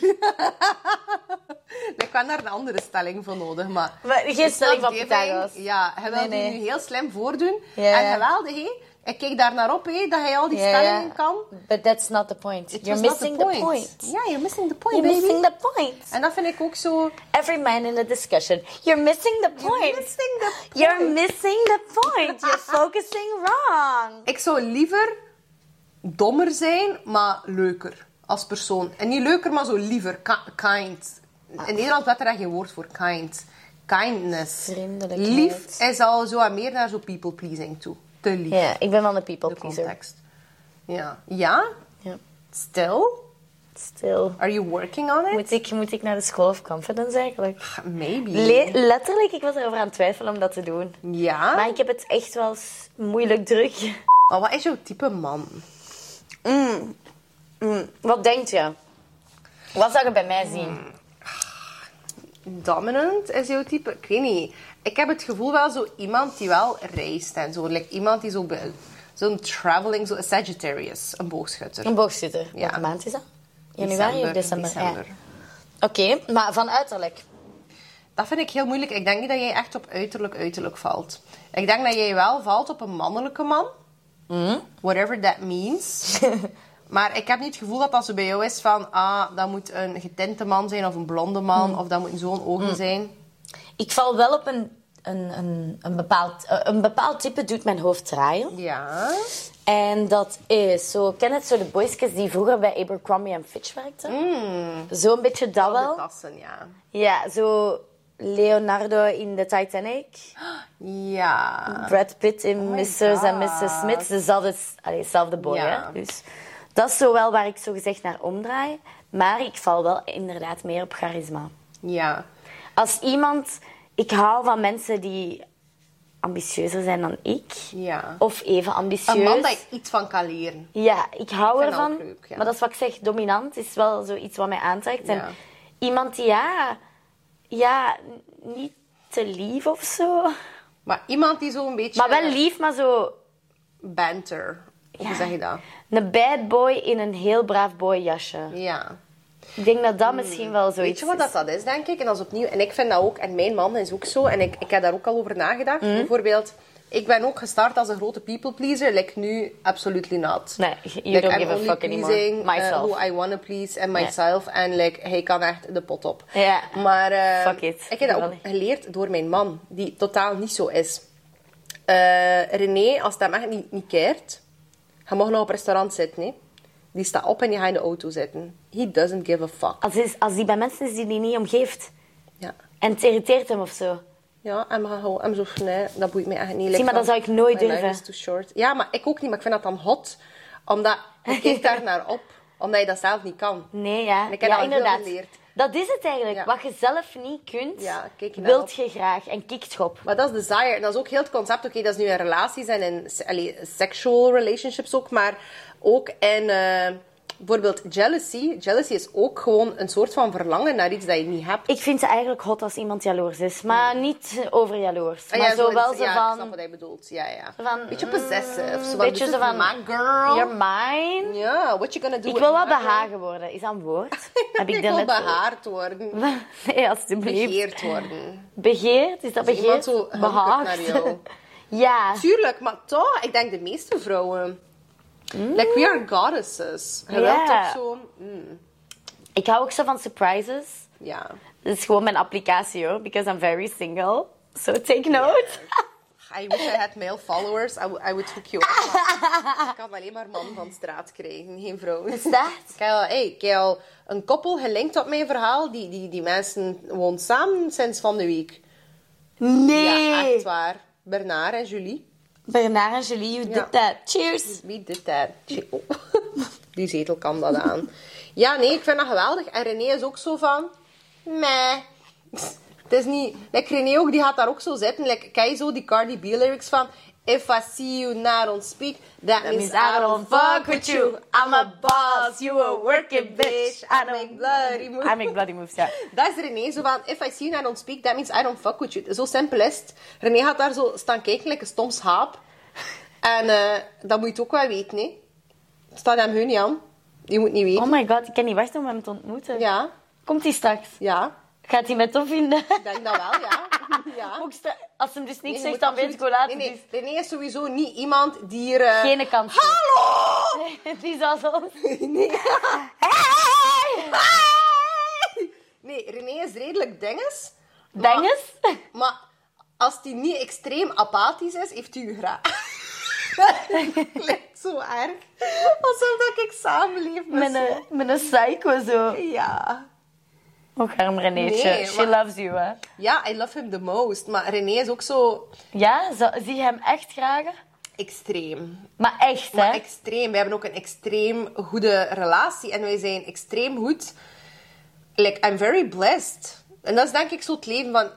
Ik kan daar een andere stelling voor nodig, maar geen stelling van giving. Pythagoras. Ja, hij wil Nee. die nu heel slim voordoen. Ja. En geweldig, hé. Ik kijk daar naar op, hé, dat hij al die stellingen kan. But that's not the point. It You're was not missing the point. Ja, you're missing the point, You're baby. missing the point. En dat vind ik ook zo... Every man in the discussion. You're missing the point. You're missing the point. You're missing the point. You're focusing wrong. Ik zou liever dommer zijn, maar leuker. Als persoon. En niet leuker, maar zo liever. Kind. In Nederland werd er echt geen woord voor kind. Kindness. Vriendelijkheid. Lief is al zo meer naar zo people pleasing toe. Te lief. Ja, ik ben van de people De pleaser. context. Ja. Ja? Ja. Still? Still. Are you working on it? Moet ik naar de School of Confidence eigenlijk? Maybe. Letterlijk, ik was erover aan het twijfelen om dat te doen. Ja? Maar ik heb het echt wel eens moeilijk druk. Maar wat is jouw type man? Wat denk je? Wat zou je bij mij zien? Dominant is jouw type? Ik weet niet. Ik heb het gevoel wel zo iemand die wel reist en zo. Like iemand die zo... Zo'n traveling, zo een Sagittarius. Een boogschutter. Een boogschutter. Ja. Welke maand is dat? Januari of december? December. Ja. Oké, maar van uiterlijk. Dat vind ik heel moeilijk. Ik denk niet dat jij echt op uiterlijk valt. Ik denk dat jij wel valt op een mannelijke man. Whatever that means. Maar ik heb niet het gevoel dat zo bij jou is van... dat moet een getinte man zijn of een blonde man. Of dat moet zo'n ogen zijn. Ik val wel op een bepaald type doet mijn hoofd draaien. Ja. En dat is zo... Ken het zo de boysjes die vroeger bij Abercrombie Fitch werkten? Zo'n beetje dat De wel. tassen, ja. Ja, zo Leonardo in de Titanic. Ja. Brad Pitt in my Mrs. en God. Mrs. Smith. Dezelfde boy, Ja. hè. Dus dat is zo wel waar ik zo gezegd naar omdraai. Maar ik val wel inderdaad meer op charisma. Ja. Als iemand... Ik hou van mensen die ambitieuzer zijn dan ik. Ja. Of even ambitieus. Een man dat je iets van kan leren. Ja, ik hou vind dat ervan. ook leuk, ja. Maar dat is wat ik zeg, dominant is wel zoiets wat mij aantrekt. Ja. En iemand die, niet te lief of zo. Maar iemand die zo'n beetje... Maar wel lief, maar zo... Banter. Hoe zeg je dat? Een bad boy in een heel braaf boy jasje. Ja. Ik denk dat dat misschien wel zoiets Weet je wat dat is, denk ik? En dat is opnieuw... En ik vind dat ook... En mijn man is ook zo. En ik heb daar ook al over nagedacht. Bijvoorbeeld... Ik ben ook gestart als een grote people pleaser. Like nu, absolutely not. Nee, you Like, don't I'm give a only fuck anymore. pleasing, Myself. who I wanna please and myself. En like, hij kan echt de pot op. Ja. Maar Fuck it. ik heb dat ook Geweldig. geleerd door mijn man. Die totaal niet zo is. René, als dat echt niet keert... Je mag nog op restaurant zitten, hè. Die staat op en die gaat in de auto zitten. He doesn't give a fuck. Als die bij mensen is die die niet omgeeft. Ja. En het irriteert hem of zo. Ja, en we gaan gewoon... En zo, nee, dat boeit mij echt niet. Zie, maar dat zou ik nooit My life durven. is too short. Ja, maar ik ook niet. Maar ik vind dat dan hot. Omdat... Je kijkt daar naar op. Omdat je dat zelf niet kan. Nee, ja. En ik heb ja, dat veel inderdaad. geleerd. Dat is het eigenlijk. Ja. Wat je zelf niet kunt, Ja, kijk je naar op. wilt je graag. En kikt je op. Maar dat is desire. En dat is ook heel het concept. Oké, dat is nu in relaties en in sexual relationships ook. Maar ook in... bijvoorbeeld jealousy. Jealousy is ook gewoon een soort van verlangen naar iets dat je niet hebt. Ik vind het eigenlijk hot als iemand jaloers is. Maar niet over jaloers. Ah, Maar ja, zo wel ja, zo ik van... snap wat hij bedoelt. Ja, ja. van, Beetje possessive. Zo beetje this zo is van... my girl. You're mine. Ja, what you gonna do Ik with wil wel my girl? behagen worden. Is dat een woord? Heb Ik dat wil net zo- behaard worden. Nee, alsjeblieft. Begeerd worden. Begeerd? Is dat Als iemand begeerd? zo hankert naar jou. Ja. Tuurlijk, maar toch, ik denk de meeste vrouwen. Like, we are goddesses. Je Ja. wilt toch zo... Ik hou ook zo van surprises. Ja. Dat is gewoon mijn applicatie hoor. Because I'm very single. So take note. I wish I had male followers. I would hook you up. Ik kan alleen maar man van straat krijgen, geen vrouw. Is dat? Ik heb al een koppel gelinkt op mijn verhaal. Die mensen wonen samen sinds van de week. Nee. Ja, echt waar. Bernard en Julie. Bernard en Julie, you Ja. did that. Cheers. Wie dit dat? Oh. Die zetel kan dat aan. Ja, nee, ik vind dat geweldig. En René is ook zo van... Meh. Het is niet... Like René ook, die gaat daar ook zo zitten. Like, ken je zo die Cardi B lyrics van... If I see you now don't speak, that means I don't fuck with you. I'm a boss, you a working bitch. I make bloody moves. I make bloody moves, ja. Dat is René, zo van... If I see you now don't speak, that means I don't fuck with you. Zo simpel is het. René gaat daar zo staan kijken, like een stom schaap. En dat moet je ook wel weten, hè. Staat hem hun niet aan. Je moet niet weten. Oh my god, ik kan niet wachten om hem te ontmoeten. Ja, Komt hij straks? ja. Gaat hij mij tof vinden? Ik denk dat wel, ja. ja. Ook als hem dus niks Nee, je zegt, moet dan absoluut- weet ik hoe laat het Nee, is. René is sowieso niet iemand die er... Geen kans. Hallo! Nee, die zal zo... Nee. Nee, René is redelijk dinges. Denges? Maar als hij niet extreem apathisch is, heeft hij u graag. Lijkt zo erg. Alsof dat ik samenleef met zo. Met een psycho zo. Ja. Och, arm Renéetje. Nee, She maar- loves you, hè. Ja, I love him the most. Maar René is ook zo Ja, zie je hem echt graag? extreem. Maar echt, hè? Maar extreem. Wij hebben ook een extreem goede relatie. En wij zijn extreem goed. Like, I'm very blessed. En dat is denk ik zo het leven van...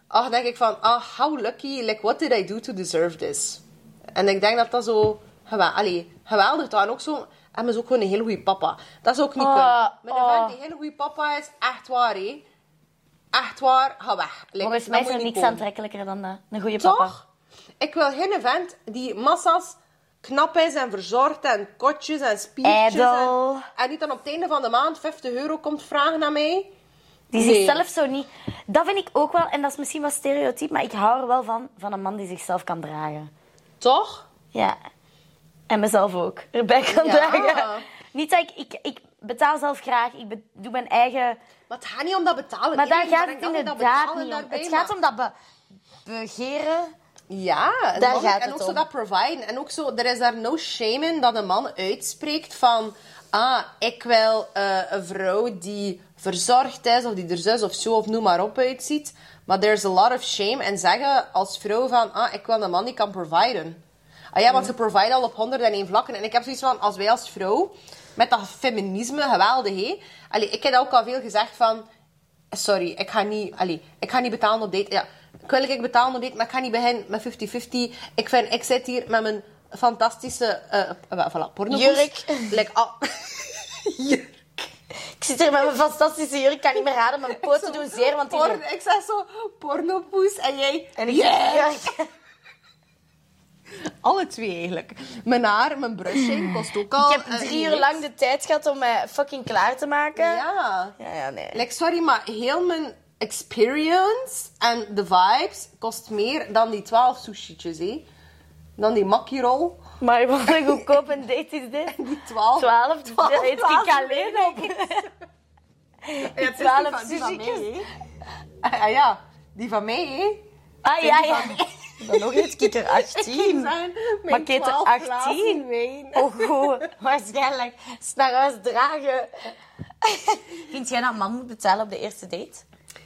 how lucky. Like, what did I do to deserve this? En ik denk dat dat zo... geweldig. Dan ook zo... En is ook gewoon een heel goede papa. Dat is ook niet kunnen. Met een vent die een hele goede papa is, echt waar, hè. Echt waar, ga weg. Like, Volgens dat mij moet is er niet niks komen. aantrekkelijker dan dat. Een goede papa. Toch? Ik wil geen vent die massa's knap is en verzorgd en kotjes en spiertjes. Ijdel. En niet dan op het einde van de maand €50 komt vragen aan mij. Die Nee. zichzelf zo niet... Dat vind ik ook wel, en dat is misschien wat stereotyp, maar ik hou er wel van een man die zichzelf kan dragen. Toch? Ja. En mezelf ook. Erbij kan Ja. dragen. Niet dat ik betaal zelf graag. Doe mijn eigen... Maar het gaat niet om dat betalen. Maar daar Iedereen gaat het brengt altijd dat inderdaad betalen niet om. daarbij, Het gaat maar- om dat begeren. Ja, een Daar man- gaat en het ook zo om. dat providen. En ook zo, er is daar no shame in dat een man uitspreekt van... ik wil een vrouw die verzorgd is, of die er zus of zo, of noem maar op uitziet. Maar there's a lot of shame. En zeggen als vrouw van, ik wil een man die kan providen. Want ze providen al op 101 vlakken. En ik heb zoiets van, als wij als vrouw, met dat feminisme, geweldig, hé. Ik heb ook al veel gezegd van... Sorry, ik ga niet betalen op date. Ja, ik betalen op date, maar ik ga niet beginnen met 50-50. Ik zit hier met mijn fantastische... voilà, pornopoes. Jurk. Jurk. Ik zit hier met mijn fantastische jurk. Ik kan niet meer raden. Mijn poten doen zeer, want die... Ik zeg zo, pornopoes en jij... En ik Yes! Alle twee eigenlijk. Mijn haar, mijn brushing kost ook al... Ik heb 3 uur lang de tijd gehad om mij fucking klaar te maken. Ja. Ja, nee. Sorry, maar heel mijn experience en de vibes kost meer dan die 12 sushi'tjes, hè. Dan die makkie-rol. Maar wat een goedkoop een date is dit? Die 12. 12, dat eet ik 12 alleen op. Ja, het is 12 die van mij, sushi'tjes. hè. Ja, die van mij, hè. Ah, ja. Dan nog eens, ik er 18. Maar Maar ik eet er 18. Oh, goed. Waarschijnlijk. Is naar huis dragen. Vind jij dat een man moet betalen op de eerste date?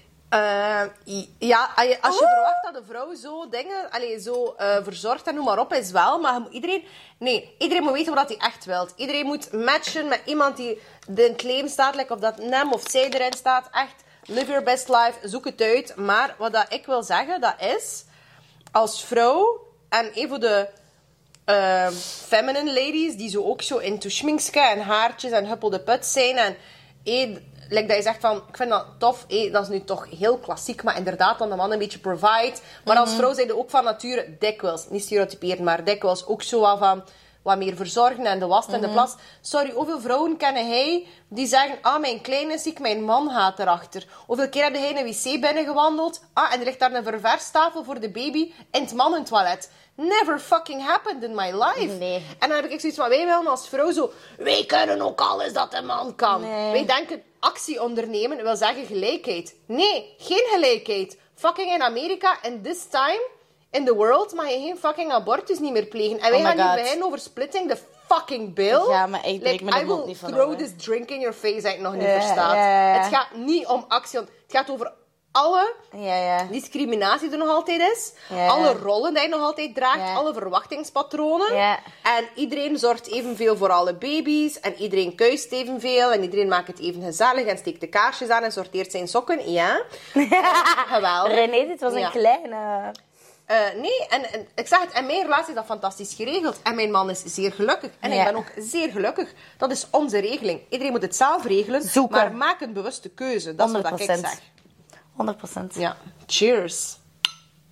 Ja, als je verwacht dat een vrouw zo dingen, zo verzorgt en noem maar op, is wel. Maar iedereen moet weten wat hij echt wil. Iedereen moet matchen met iemand die in het leven staat, of dat hem of zij erin staat. Echt, live your best life, zoek het uit. Maar wat dat ik wil zeggen, dat is, als vrouw, en even voor de feminine ladies, die zo ook zo into schminkske en haartjes en huppelde put zijn. En like dat je zegt van, ik vind dat tof, dat is nu toch heel klassiek, maar inderdaad dan de man een beetje provide. Maar als vrouw zijn er ook van nature dikwijls, niet stereotyperen, maar dikwijls ook zo wat meer verzorgen en de was en de plas. Sorry, hoeveel vrouwen kennen hij die zeggen, mijn kleine is ziek, mijn man gaat erachter. Hoeveel keer heb hij een wc binnengewandeld? En er ligt daar een ververstafel voor de baby in het mannentoilet. Never fucking happened in my life. Nee. En dan heb ik zoiets van, wij willen als vrouw zo, wij kunnen ook alles dat een man kan. Nee. Wij denken, actie ondernemen wil zeggen gelijkheid. Nee, geen gelijkheid. Fucking in Amerika, in this time in the world, mag je geen fucking abortus niet meer plegen. En wij Oh my gaan God. niet beginnen over splitting the fucking bill. Ja, maar echt, breek me de I mond will niet van throw hoor. this drink in your face dat ik nog niet Ja, verstaat. ja, ja. Het gaat niet om actie. Het gaat over alle Ja. discriminatie er nog altijd is. Ja. Alle rollen die je nog altijd draagt. Ja. Alle verwachtingspatronen. Ja. En iedereen zorgt evenveel voor alle baby's. En iedereen kuist evenveel. En iedereen maakt het even gezellig. En steekt de kaarsjes aan en sorteert zijn sokken. Ja. Geweldig. René, dit was een Ja. kleine... Nee, en ik zeg het, in mijn relatie is dat fantastisch geregeld. En mijn man is zeer gelukkig. En Ja. ik ben ook zeer gelukkig. Dat is onze regeling. Iedereen moet het zelf regelen. Zoeken. Maar maak een bewuste keuze. Dat is wat ik 100%. zeg. 100%. Ja. Cheers.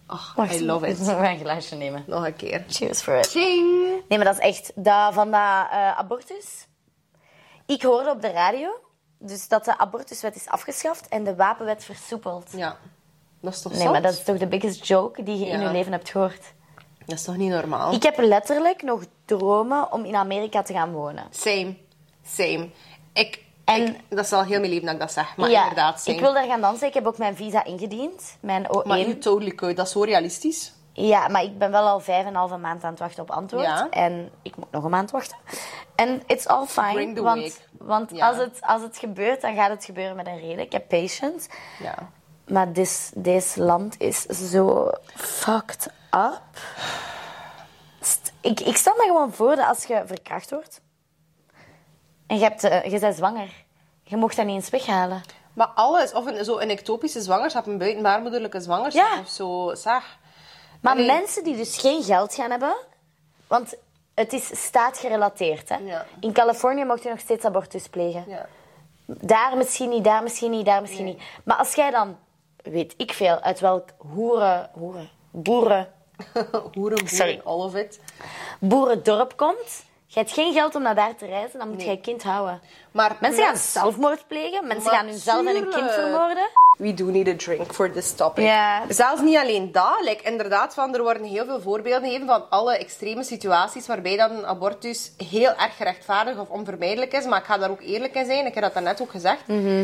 Oh, I love it. Ik ga een glaasje nemen. Nog een keer. Cheers for it. Ching! Nee, maar dat is echt... Van dat abortus... Ik hoorde op de radio dus dat de abortuswet is afgeschaft en de wapenwet versoepeld. Ja. Dat is toch Nee, zot? maar dat is toch de biggest joke die je in je leven hebt gehoord? Dat is toch niet normaal? Ik heb letterlijk nog dromen om in Amerika te gaan wonen. Same. En- Dat is al heel mijn leven dat ik dat zeg. Maar ja, inderdaad, same. ik wil daar gaan dansen. Ik heb ook mijn visa ingediend. Mijn O1. Maar you totally could. Dat is zo realistisch. Ja, maar ik ben wel al 5,5 maand aan het wachten op antwoord. Ja. En ik moet nog een maand wachten. En it's all fine. Bring the want wig. want Ja. als het gebeurt, dan gaat het gebeuren met een reden. Ik heb patience. Ja. Maar deze land is zo fucked up. Ik stel me gewoon voor dat als je verkracht wordt... En je bent zwanger. Je mocht dat niet eens weghalen. Maar alles, of een ectopische zwangerschap, een buitenbaarmoederlijke zwangerschap Ja. of zo, zeg. Maar Allee. mensen die dus geen geld gaan hebben... Want het is staatgerelateerd, hè. Ja. In Californië mocht je nog steeds abortus plegen. Ja. Daar misschien niet, daar misschien niet, daar misschien niet. Maar als jij dan, weet ik veel, uit welk Sorry. all of it. boerendorp komt... Je hebt geen geld om naar daar te reizen, dan moet je je kind houden. Maar Mensen gaan plus- zelfmoord plegen. Mensen gaan hunzelf en hun kind tuurlijk. vermoorden. We do need a drink for this topic. Ja. Zelfs niet alleen dat. Inderdaad, er worden heel veel voorbeelden gegeven van alle extreme situaties waarbij dan een abortus heel erg gerechtvaardigd of onvermijdelijk is. Maar ik ga daar ook eerlijk in zijn. Ik heb dat daarnet ook gezegd.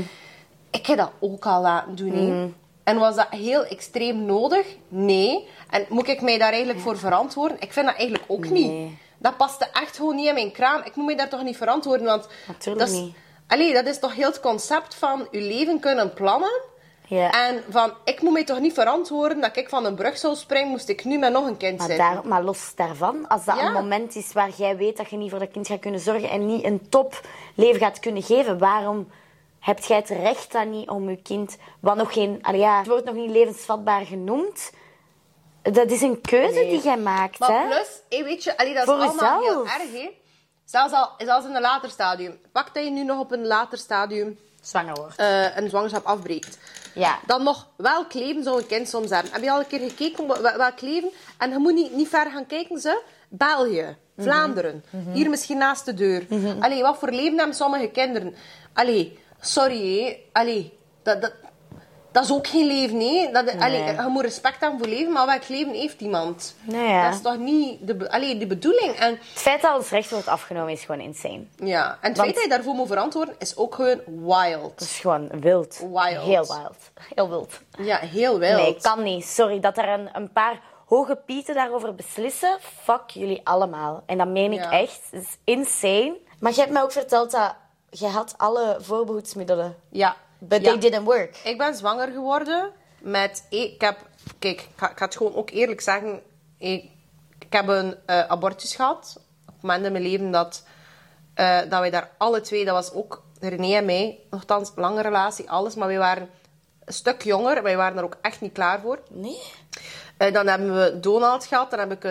Ik heb dat ook al laten doen. Hè. En was dat heel extreem nodig? Nee. En moet ik mij daar eigenlijk voor verantwoorden? Ik vind dat eigenlijk ook niet. Dat paste echt gewoon niet in mijn kraam. Ik moet mij daar toch niet verantwoorden, want... Natuurlijk dat is, niet. Allee, dat is toch heel het concept van je leven kunnen plannen. Ja. En van, ik moet mij toch niet verantwoorden dat ik van een brug zou springen, moest ik nu met nog een kind zitten. Maar los daarvan, als dat Ja. een moment is waar jij weet dat je niet voor dat kind gaat kunnen zorgen en niet een topleven gaat kunnen geven, waarom heb jij het recht dan niet om je kind, wat nog geen, het wordt nog niet levensvatbaar genoemd, dat is een keuze die jij maakt, Maar hè? plus, weet je, dat is Voor allemaal heel jezelf. erg. Hè. Zelfs in een later stadium. Pak dat je nu nog op een later stadium Zwanger wordt. een zwangerschap afbreekt. Ja. Dan nog, welk leven zou een kind soms hebben? Heb je al een keer gekeken welk leven? En je moet niet ver gaan kijken, ze. België, Vlaanderen, hier misschien naast de deur. Allee, wat voor leven hebben sommige kinderen? Allee, sorry, hè. Allee, dat is ook geen leven, hè. Je moet respect hebben voor leven, maar welk leven heeft iemand? Nou ja. Dat is toch niet de bedoeling? En, Het feit dat ons recht wordt afgenomen is gewoon insane. ja. En het feit dat je daarvoor moet verantwoorden, is ook gewoon wild. Het is gewoon wild. Wild. Heel wild. Heel wild. Ja, heel wild. Nee, kan niet. Sorry, dat er een paar hoge pieten daarover beslissen. Fuck jullie allemaal. En dat meen ik Ja. echt. Het is insane. Maar je hebt mij ook verteld dat je had alle voorbehoedsmiddelen. Ja. But Ja. they didn't work. Ik ben zwanger geworden met... Kijk, ik ga het gewoon ook eerlijk zeggen. Ik heb een abortus gehad. Op het moment in mijn leven dat wij daar alle twee... Dat was ook René en mij. Nochtans, lange relatie, alles. Maar wij waren een stuk jonger. Wij waren er ook echt niet klaar voor. Nee? Dan hebben we Donald gehad. Dan heb ik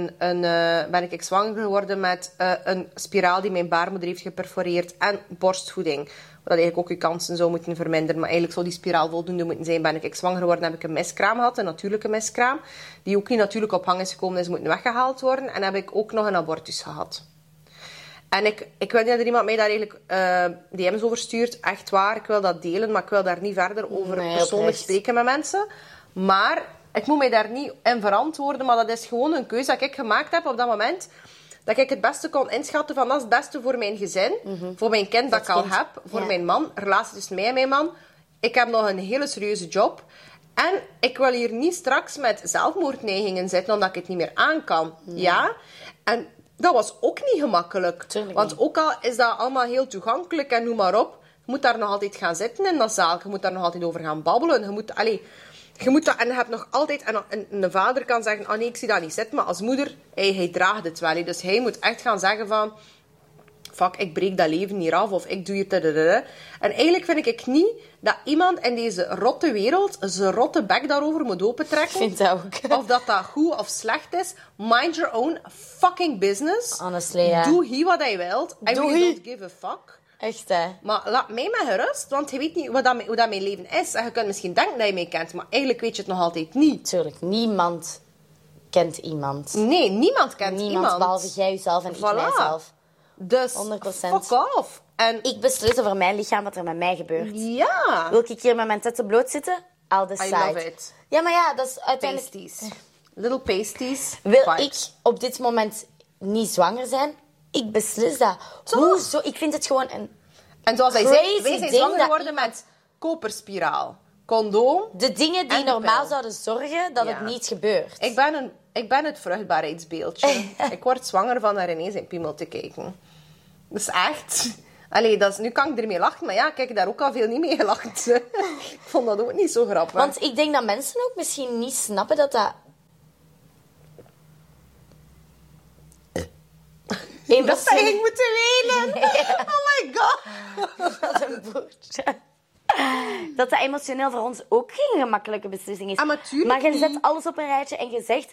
ben ik zwanger geworden met een spiraal die mijn baarmoeder heeft geperforeerd. En borstvoeding. Wat eigenlijk ook je kansen zou moeten verminderen. Maar eigenlijk zou die spiraal voldoende moeten zijn. Ben ik zwanger geworden, heb ik een miskraam gehad. Een natuurlijke miskraam. Die ook niet natuurlijk op gang is gekomen. Is moeten weggehaald worden. En heb ik ook nog een abortus gehad. En ik wil niet dat er iemand mij daar eigenlijk DM's over stuurt. Echt waar, ik wil dat delen. Maar ik wil daar niet verder over persoonlijk oprecht. spreken met mensen. Maar ik moet mij daar niet in verantwoorden. Maar dat is gewoon een keuze dat ik gemaakt heb op dat moment. Dat ik het beste kon inschatten van dat is het beste voor mijn gezin. Voor mijn kind dat ik al heb. Voor mijn man. Relatie tussen mij en mijn man. Ik heb nog een hele serieuze job. En ik wil hier niet straks met zelfmoordneigingen zitten. Omdat ik het niet meer aan kan. Ja? En dat was ook niet gemakkelijk. Tuurlijk Want niet. ook al is dat allemaal heel toegankelijk en noem maar op. Je moet daar nog altijd gaan zitten in dat zaal. Je moet daar nog altijd over gaan babbelen. Je moet dat, en je hebt nog altijd... En een vader kan zeggen, oh nee, ik zie dat niet zitten. Maar als moeder, hij draagt het wel. Hè. Dus hij moet echt gaan zeggen van... Fuck, ik breek dat leven hier af. Of ik doe hier... En eigenlijk vind ik niet dat iemand in deze rotte wereld... zijn rotte bek daarover moet opentrekken. Ik vind dat ook. Of dat goed of slecht is. Mind your own fucking business. Honestly, ja. Doe hier wat hij wilt. I Doe really hier. don't give a fuck. Echt, hè? Maar laat mij maar gerust, want je weet niet hoe dat mijn leven is. En je kunt misschien denken dat je mij kent, maar eigenlijk weet je het nog altijd niet. Tuurlijk, niemand kent iemand. Nee, niemand kent Niemand, iemand. behalve jij jezelf en ik mijzelf. Dus 100%. fuck off. En Ik beslis over mijn lichaam wat er met mij gebeurt. ja, Wil ik hier met mijn tetten bloot zitten? I'll decide. I love it. Ja, maar ja, dat is uiteindelijk... Pasties. Little pasties. Wil vibes. ik op dit moment niet zwanger zijn? Ik beslis dat. Hoezo? Ik vind het gewoon een... En zoals hij crazy zei, wij zijn ding zwanger dat geworden met koperspiraal, condoom. De dingen die En de normaal pil. zouden zorgen dat Ja. het niet gebeurt. Ik ben het vruchtbaarheidsbeeldje. Ik word zwanger van naar ineens in piemel te kijken. Dat is echt... Allee, nu kan ik ermee lachen, maar ja, ik heb daar ook al veel niet mee gelachen. Ik vond dat ook niet zo grappig. Want ik denk dat mensen ook misschien niet snappen dat dat... dat zij ging moeten wenen. Oh my god. Wat een boertje. Dat dat emotioneel voor ons ook geen gemakkelijke beslissing is. Ah, maar tuurlijk maar je niet. zet alles op een rijtje en je zegt...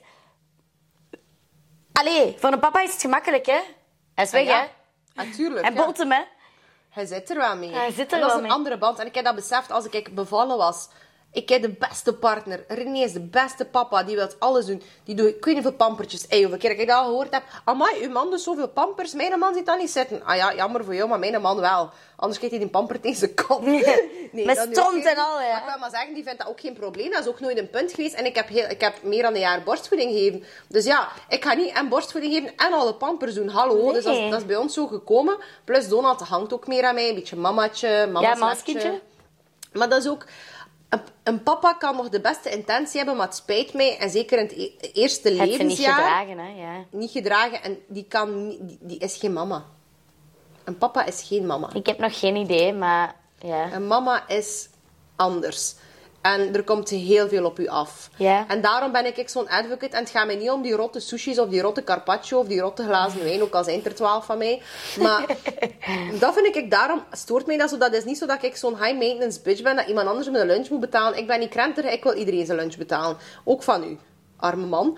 Allee, voor een papa is het gemakkelijk, hè? Hij is weg, ja. hè? Natuurlijk. Hij bolt hem, hè? Hij zit er wel mee. Hij zit er en dat wel is een mee. andere band. En ik heb dat beseft als ik bevallen was. Ik heb de beste partner. René is de beste papa. Die wil alles doen. Die doet, ik weet niet hoeveel pampertjes. Hoeveel keer ik dat al gehoord heb. Amai, uw man doet zoveel pampers. Mijn man ziet dat niet zitten. Ah ja, jammer voor jou, maar mijn man wel. Anders krijgt hij die pamper tegen zijn kop. Nee, Met dat nu stront ook en niet. al, ja. Maar ik wil maar zeggen, die vindt dat ook geen probleem. Dat is ook nooit een punt geweest. En ik heb meer dan een jaar borstvoeding gegeven. Dus ja, ik ga niet en borstvoeding geven en alle pampers doen. Hallo. Nee. Dus dat is bij ons zo gekomen. Plus Donald hangt ook meer aan mij. Een beetje mamaatje, mama's maaskindje. Maar dat is ook... Een papa kan nog de beste intentie hebben, maar het spijt mij. En zeker in het eerste Het ze niet levensjaar... gedragen, hè? Ja. Niet gedragen. En die is geen mama. Een papa is geen mama. Ik heb nog geen idee, maar... Ja. Een mama is anders. En er komt heel veel op u af. Ja. En daarom ben ik zo'n advocate. En het gaat mij niet om die rotte sushis of die rotte carpaccio of die rotte glazen wijn, ook al zijn er 12 van mij. Maar dat vind ik, daarom stoort mij dat zo. Dat is niet zo dat ik zo'n high maintenance bitch ben, dat iemand anders mijn lunch moet betalen. Ik ben niet krenter, ik wil iedereen zijn lunch betalen. Ook van u. Arme man.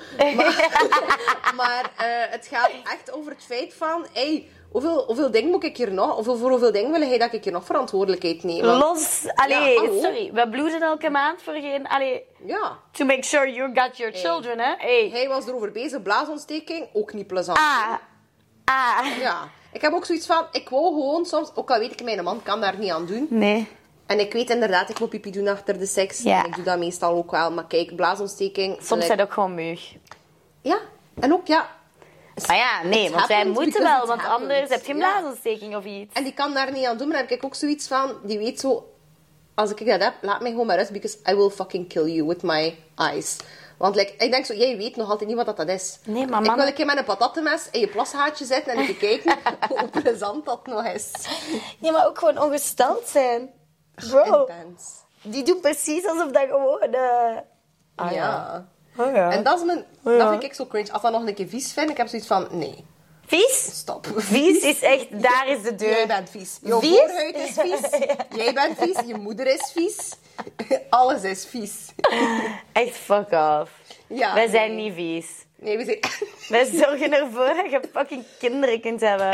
Maar het gaat echt over het feit van... Hey, hoeveel dingen moet ik hier nog... Voor hoeveel dingen wil hij dat ik hier nog verantwoordelijkheid neem? Want- Los. Allee, Ja, hallo. sorry. We bloeden elke maand voor geen... Allee, Ja. to make sure you got your children, hè? Hey. Hij was erover bezig, blaasontsteking, ook niet plezant. Ah. Ja. Ik heb ook zoiets van, ik wou gewoon soms, ook al weet ik, mijn man kan daar niet aan doen. Nee. En ik weet inderdaad, ik moet pipi doen achter de seks. Ja. Ik doe dat meestal ook wel. Maar kijk, blaasontsteking... Soms zijn het ook gewoon meug. Ja. En ook, ja. Maar ja, nee, It want wij happens moeten because wel, it want happens. anders heb je een Ja. blaasontsteking of iets. En die kan daar niet aan doen. Maar dan heb ik ook zoiets van, die weet zo... Als ik dat heb, laat mij gewoon maar rust. Because I will fucking kill you with my eyes. Want ik denk zo, jij weet nog altijd niet wat dat is. Nee, maar Ik man- wil een keer met een patattenmes in je plashaatje zitten en even kijken hoe plezant dat nog is. Nee, maar ook gewoon ongesteld zijn. Bro, Intens. die doen precies alsof dat gewoon... Ah, Ja. Oh, ja. En dat is dat Ja. vind ik zo cringe. Als dat nog een keer vies vind, ik heb zoiets van, nee, Vies? stop. Vies is echt... Daar is de deur. Jij bent vies. Jouw Vies? voorhuid is vies. Jij bent vies. Je moeder is vies. Alles is vies. Echt fuck off. Ja, Wij zijn nee. niet vies. Nee, we zijn... Wij zorgen ervoor dat je fucking kinderen kunt hebben.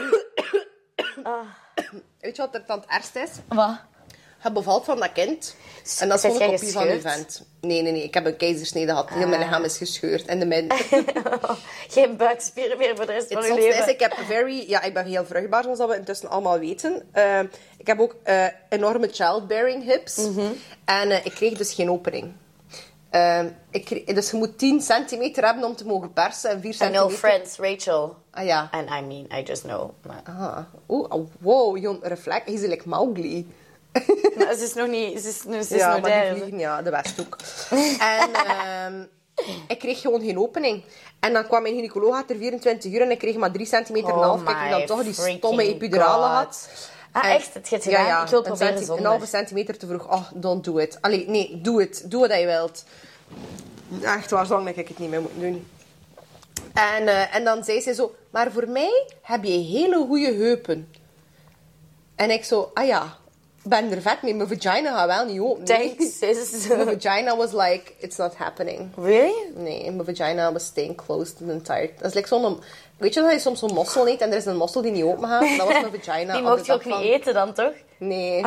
Weet je wat er dan het ergste is? Wat? Je bevalt van dat kind. En dat is Zit gewoon een jij kopie van je gescheurd? vent. Nee. Ik heb een keizersnede gehad. Heel mijn lichaam is gescheurd. En de midden. Geen buikspieren meer voor de rest van Het je zotste leven. is, ik ben heel vruchtbaar, zoals dat we intussen allemaal weten. Ik heb ook enorme childbearing hips. En ik kreeg dus geen opening. Dus je moet 10 centimeter hebben om te mogen persen. En 4 I know centimeter... friends, Rachel. Ah ja. And I mean, I just know. Maar, Ah. Oeh, wow, Jon, reflect. Hij is like Mowgli. maar ze is nog niet... Ze is Ja, nog maar die daar. vliegen, ja, de Westhoek. En ik kreeg gewoon geen opening. En dan kwam mijn gynaecoloog achter 24 uur en ik kreeg maar 3 centimeter en een half. Kijk, ik dan toch die stomme freaking epidurale God. had. Ah, En- echt? Het gaat gedaan? Ik wil het proberen een zonder. halve centimeter te vroeg. Oh, don't do it. Allee, nee, doe het. Doe wat je wilt. Echt waar, zolang dat ik het niet meer moet doen. En dan zei ze zo... Maar voor mij heb je hele goede heupen. En ik zo... Ah ja. ben er vet mee. Mijn vagina gaat wel niet open. Thanks, sis. Mijn vagina was like, it's not happening. Really? Nee, mijn vagina was staying closed the entire... Dat is like zo'n... Weet je dat je soms zo'n mossel eet en er is een mossel die niet open gaat? Dat was mijn vagina. Die mocht je ook niet eten dan, toch? Nee.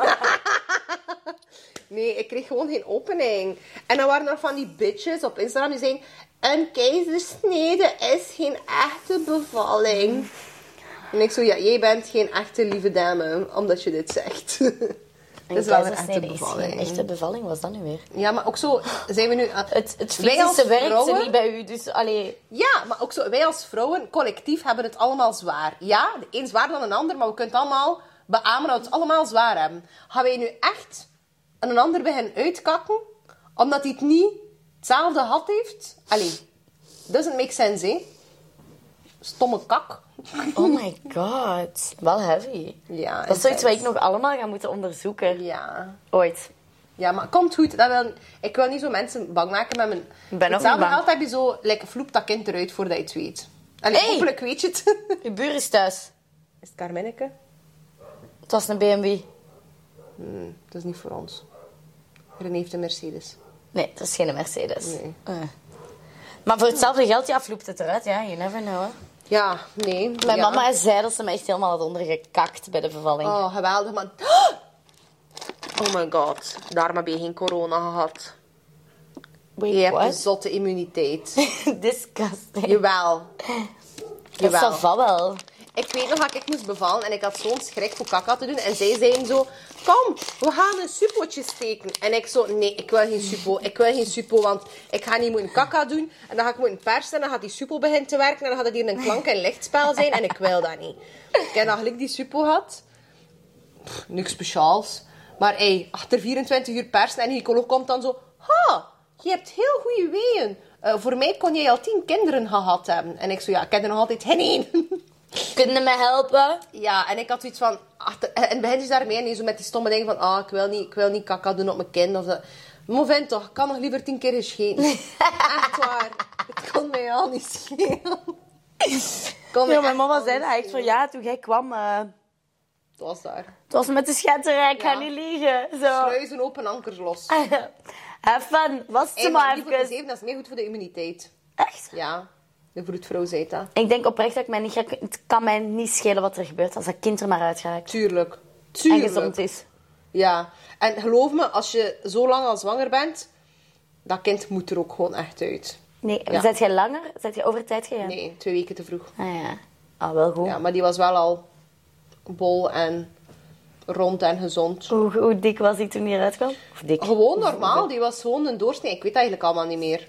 Nee, ik kreeg gewoon geen opening. En dan waren er van die bitches op Instagram die zeiden... Een keizersnede is geen echte bevalling. En ik zo, ja, jij bent geen echte lieve dame, omdat je dit zegt. Dat is wel een echte bevalling. Is geen echte bevalling, was dat nu weer? Ja, maar ook zo zijn we nu... Het wij als fysische werkt vrouwen- niet bij u, dus allee... Ja, maar ook zo, wij als vrouwen, collectief, hebben het allemaal zwaar. Ja, de een zwaarder dan een ander, maar we kunnen het allemaal beamen dat we het allemaal zwaar hebben. Gaan wij nu echt een ander beginnen uitkakken, omdat hij het niet hetzelfde had heeft? Allee, doesn't make sense, hè? Stomme kak. Oh my god. Wel heavy. Ja, Dat is zoiets wat ik intens. nog allemaal ga moeten onderzoeken. Ja. Ooit. Ja, maar komt goed. Ik wil niet zo mensen bang maken met mijn... Ik ben ook Hetzelfde niet bang. geld heb je zo... Like, vloep dat kind eruit voordat je het weet. Allee, Hey! hopelijk weet je het. Uw buur is thuis. Is het Carminneke? Het was een BMW. Dat is niet voor ons. René heeft een Mercedes. Nee, het is geen Mercedes. Nee. Maar voor hetzelfde geld, ja, vloept het eruit. Ja, you never know. Hè. Ja, nee. Mijn ja. mama zei dat ze me echt helemaal had ondergekakt bij de bevalling. Oh, geweldig. Maar... Oh my god. Daarom heb je geen corona gehad. Wait, Je hebt een what? zotte immuniteit. Disgusting. Jawel. Dat Jawel. is wel. Ik weet nog dat ik moest bevallen en ik had zo'n schrik voor kaka te doen. En zij zeiden zo, kom, we gaan een suppotje steken. En ik zo, nee, ik wil geen suppo. Ik wil geen suppo, want ik ga niet moeten kaka doen. En dan ga ik moeten persen en dan gaat die suppo beginnen te werken. En dan gaat het hier een klank- en lichtspel zijn. En ik wil dat niet. Ik heb dan gelijk die suppo gehad. Niks speciaals. Maar hey, achter 24 uur persen en de gynaecoloog komt dan zo... Ha, je hebt heel goede weeën. Voor mij kon jij al 10 kinderen gehad hebben. En ik zo, ja, ik heb er nog altijd geen één. Kunnen je me helpen? Ja, en ik had zoiets van... En het begint dus daarmee, en zo met die stomme dingen van... ik wil niet kaka doen op mijn kind. Of zo. Maar vent toch, ik kan nog liever 10 keer gescheten. Echt waar. Het kan mij al niet schelen. Ja, mijn mama zei dat echt van, ja, toen jij kwam... Het was daar. Het was met de schetterij, ik ga Ja. niet liegen. Zo. Sluizen open, ankers los. Have fun. Was het Hey, maar maar niet voor de even. 7, dat is meer goed voor de immuniteit. Echt? Ja, de vroedvrouw zei dat. Ik denk oprecht dat ik mij niet ga... Het kan mij niet schelen wat er gebeurt als dat kind er maar uitgaat. Tuurlijk. En Tuurlijk. gezond is. Ja. En geloof me, als je zo lang al zwanger bent... Dat kind moet er ook gewoon echt uit. Nee, Ja. zet jij langer? Zet je over tijd gegaan? Nee, 2 weken te vroeg. Ah ja. Ah, wel goed. Ja, maar die was wel al bol en rond en gezond. Hoe dik was ik toen hij eruit kwam? Of dik? Gewoon normaal, die was gewoon een doorsnee. Ik weet dat eigenlijk allemaal niet meer.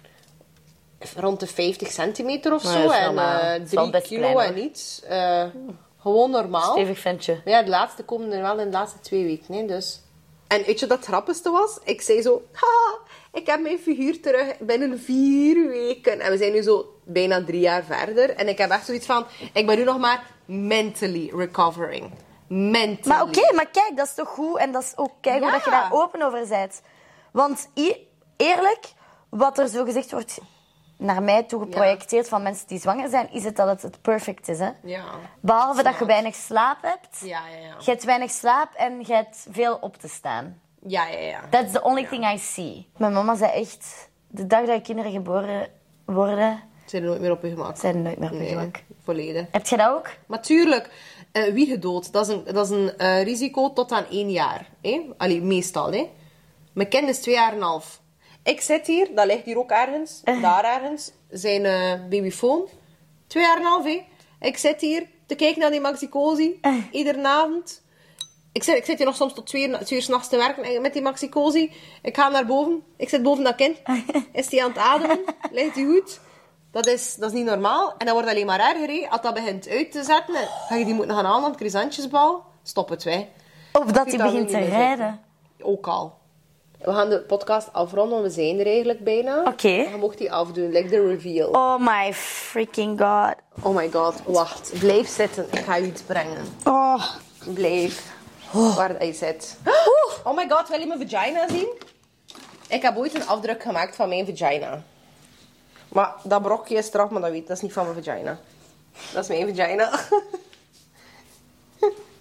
Rond de 50 centimeter of Nee, zo. dat is En normaal. Dat is wel 3 best kilo klein, en hoor. iets. Gewoon normaal. Stevig ventje. Maar ja, de laatste komen er wel in de laatste 2 weken. Hè, dus. En weet je wat het grappigste was? Ik zei zo... Ha, ik heb mijn figuur terug binnen 4 weken. En we zijn nu zo bijna 3 jaar verder. En ik heb echt zoiets van... Ik ben nu nog maar mentally recovering. Mentally. Maar oké, maar kijk, dat is toch goed. En dat is ook kijk Ja. dat je daar open over bent. Want eerlijk, wat er zo gezegd wordt naar mij toe geprojecteerd van mensen die zwanger zijn, is het dat het perfect is. Hè? Ja. Behalve dat je weinig slaap hebt. Ja, ja, ja. Je hebt weinig slaap en je hebt veel op te staan. Ja, ja, ja. That's the only thing I see. Mijn mama zei echt, de dag dat je kinderen geboren worden, Zijn er nooit meer op je gemak. zijn er nooit meer op je Nee, gemak. volledig. Heb je dat ook? Maar tuurlijk, wiegedood, dat is een risico tot aan 1 jaar. Hè? Allee, meestal. Hè? Mijn kind is 2 jaar en een half. Ik zit hier, dat ligt hier ook ergens, daar ergens, zijn babyfoon. 2 jaar en een half, hè. Ik zit hier te kijken naar die Maxi-Cosi, iedere avond. Ik zit hier nog soms tot 2 uur 's nachts te werken met die Maxi-Cosi. Ik ga naar boven, ik zit boven dat kind. Is die aan het ademen? Ligt die goed? Dat is niet normaal. En dat wordt alleen maar erger, hè. Als dat begint uit te zetten, ga je die moeten gaan halen aan het crisantjesbal. Stop het, wij. Of dat Kunt hij dat begint nu te niet meer rijden. Ook al. We gaan de podcast afronden, want we zijn er eigenlijk bijna. Oké. Je mocht die afdoen, like the reveal. Oh my freaking god. Oh my god, wacht. Blijf zitten, ik ga je iets brengen. Oh. Blijf. Waar dat je zit. Oh my god, wil je mijn vagina zien? Ik heb ooit een afdruk gemaakt van mijn vagina. Maar dat brokje is eraf, maar dat weet dat is niet van mijn vagina. Dat is mijn vagina.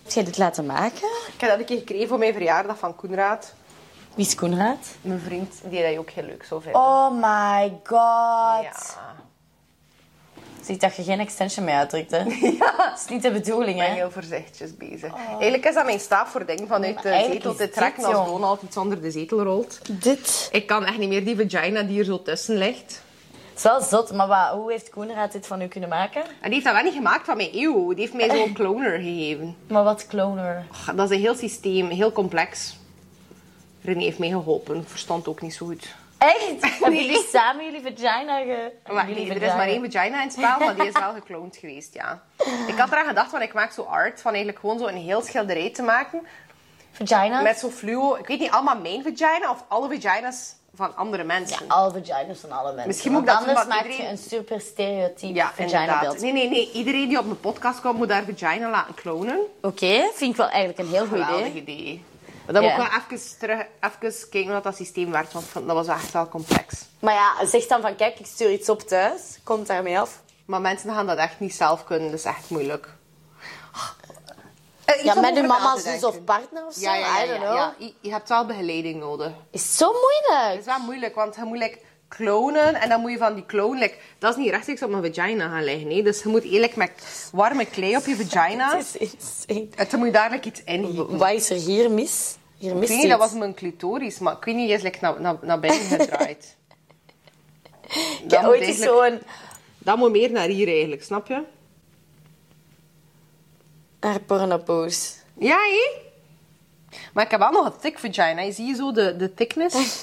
Heb jij dit laten maken? Ik heb dat een keer gekregen voor mijn verjaardag van Koenraad. Wie is Koenraad? Mijn vriend, die dat je ook heel leuk zou vinden. Oh my god. Ja. Zie dat je geen extension mee uitdrukt, hè? Ja. Dat is niet de bedoeling, Ik ben hè? heel voorzichtig bezig. Eigenlijk is dat mijn staaf voor dingen vanuit de eigenlijk zetel is te dit, trekken als jong. Donald iets onder de zetel rolt. Dit. Ik kan echt niet meer die vagina die er zo tussen ligt. Het is wel zot, maar hoe heeft Koenraad dit van u kunnen maken? En die heeft dat wel niet gemaakt van mij. Eeuw, die heeft mij zo'n cloner gegeven. Maar wat cloner? Och, dat is een heel systeem, heel complex. René heeft mij geholpen. Ik verstond het ook niet zo goed. Echt? Hebben jullie samen jullie vagina Maar nee, er is maar één vagina in het spel, maar die is wel gecloned geweest, ja. Ik had eraan gedacht, want ik maak zo art, van eigenlijk gewoon zo een heel schilderij te maken. Vagina? Met zo fluo. Ik weet niet, allemaal mijn vagina of alle vagina's van andere mensen. Ja, alle vaginas van alle mensen. Misschien moet ik Want dat doen, anders maar maak iedereen- je een super stereotype Ja, vagina-beeld. inderdaad. Nee. Iedereen die op mijn podcast komt, moet haar vagina laten clonen. Oké, vind ik wel eigenlijk een heel goed Geweldig idee. idee. Maar dan moet Ja. ik wel even kijken hoe dat systeem werkt, want dat was echt wel complex. Maar ja, zeg dan van, kijk, ik stuur iets op thuis. Komt daarmee af. Maar mensen gaan dat echt niet zelf kunnen, dat is echt moeilijk. Iets Ja, om met over uw na mama's te zus denken. of partner of zo. Ja. I don't know. Ja. Je hebt wel begeleiding nodig. Is zo Het moeilijk. is wel moeilijk, want je moet klonen en dan moet je van die clone... dat is niet rechtstreeks op mijn vagina gaan liggen. Nee. Dus je moet eerlijk met warme klei op je vagina... Het is insane. En dan moet je daar iets in gieten. Wat is er hier mis? Hier Ik mist weet niet, dat iets. was mijn clitoris, maar ik weet niet, die is naar binnen gedraaid. Ik heb ooit eens zo'n... Dat moet meer naar hier eigenlijk, snap je? Haar pornopoos. Ja, hé? Maar ik heb wel nog een thick vagina. Je ziet zo de thickness.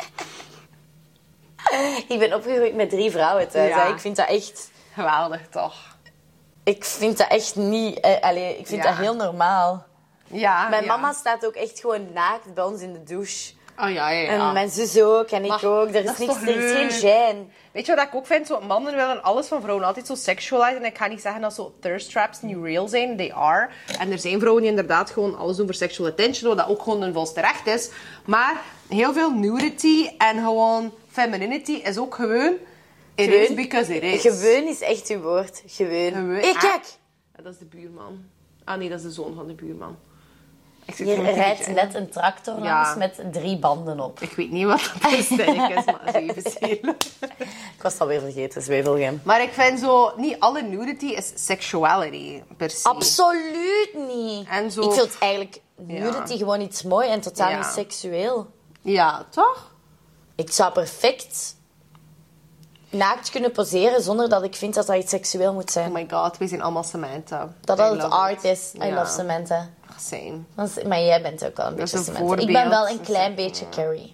Ik ben opgegroeid met 3 vrouwen thuis. Ja. Hè. Ik vind dat echt... Geweldig, toch? Ik vind dat echt niet... ik vind Ja. dat heel normaal. Ja. Mijn ja. mama staat ook echt gewoon naakt bij ons in de douche. Oh ja. En mijn zus ook en ik Maar ook. Er dat is, is toch niks, er is geen leuk? gêne. Weet je wat ik ook vind? Zo, mannen willen alles van vrouwen altijd zo sexualizen. En ik ga niet zeggen dat zo thirst traps niet real zijn. They are. En er zijn vrouwen die inderdaad gewoon alles doen voor sexual attention. Wat dat ook gewoon een volste recht is. Maar heel veel nudity en gewoon femininity is ook gewoon... It is because it is. Gewoon is echt uw woord. Gewoon. Gewoon. Hé, kijk! Ja, dat is de buurman. Ah nee, dat is de zoon van de buurman. Ik zit Hier gewoon te rijdt vagina. net een tractor Ja. langs met 3 banden op. Ik weet niet wat dat is, maar zwevenstelen. Ik was het alweer vergeten, zwevelgem. Maar ik vind zo, niet alle nudity is sexuality per se. Absoluut niet. En zo- Ik vind eigenlijk nudity gewoon iets mooi en totaal Ja. niet seksueel. Ja, toch? Ik zou perfect naakt kunnen poseren zonder dat ik vind dat dat iets seksueel moet Oh zijn. my god, wij zijn allemaal Samantha. Dat I dat het love art it. is. I Ja. love Samantha. Same. Maar jij bent ook wel een Dat is beetje een Samantha. Ik ben voorbeeld. wel een klein beetje Carrie.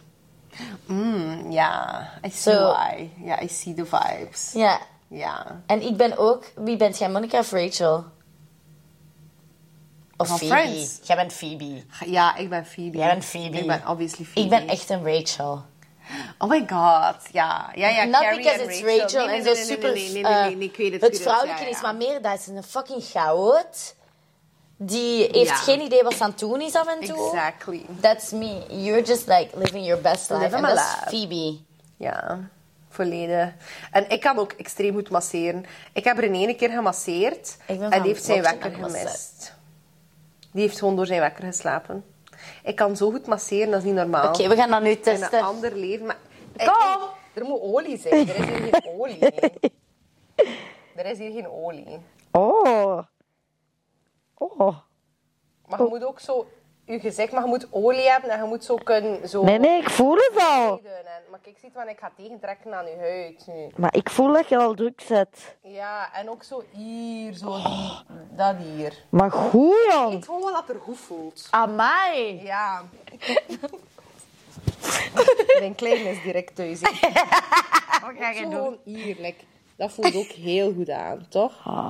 Ja, I see Zo. why. Ja, I see the vibes. Ja. Ja. En ik ben ook... Wie bent jij, Monica of Rachel? Of Van Phoebe? Friends. Jij bent Phoebe. Ja, ik ben Phoebe. Jij bent Phoebe. Ik ben obviously Phoebe. Ik ben echt een Rachel. Oh my god, ja. Ja, Not Carrie because en it's Rachel. Rachel Nee, en nee, zo nee, super... nee, ik weet het. Het vrouwelijke is maar meer... Dat is een fucking chaot. Die heeft Ja. geen idee wat ze aan het doen is af en toe. Exactly. That's me. You're just like living your best life. Living En my dat is life. Phoebe. Ja, volledig. En ik kan ook extreem goed masseren. Ik heb er een keer gemasseerd Ik ben en van die heeft zijn wortel wekker en massage. gemist. Die heeft gewoon door zijn wekker geslapen. Ik kan zo goed masseren, dat is niet normaal. Oké, we gaan dat nu In testen. een ander leven. Maar... Kom! Er moet olie zijn. Er is hier geen olie. Er is hier geen olie. Oh. Oh. Maar je moet ook zo... Je gezicht, maar je moet olie hebben en je moet zo kunnen... Zo Nee, ik voel het al. Maar kijk, ziet wat ik ga tegentrekken aan je huid nu. Maar ik voel dat je al druk zet. Ja, en ook zo hier, zo dat hier. Maar goed, Jan. Eet gewoon wat er goed voelt. Amai. Ja. Mijn kleine is direct thuis. Wat ga je doen? Gewoon hier, dat voelt ook heel goed aan, toch?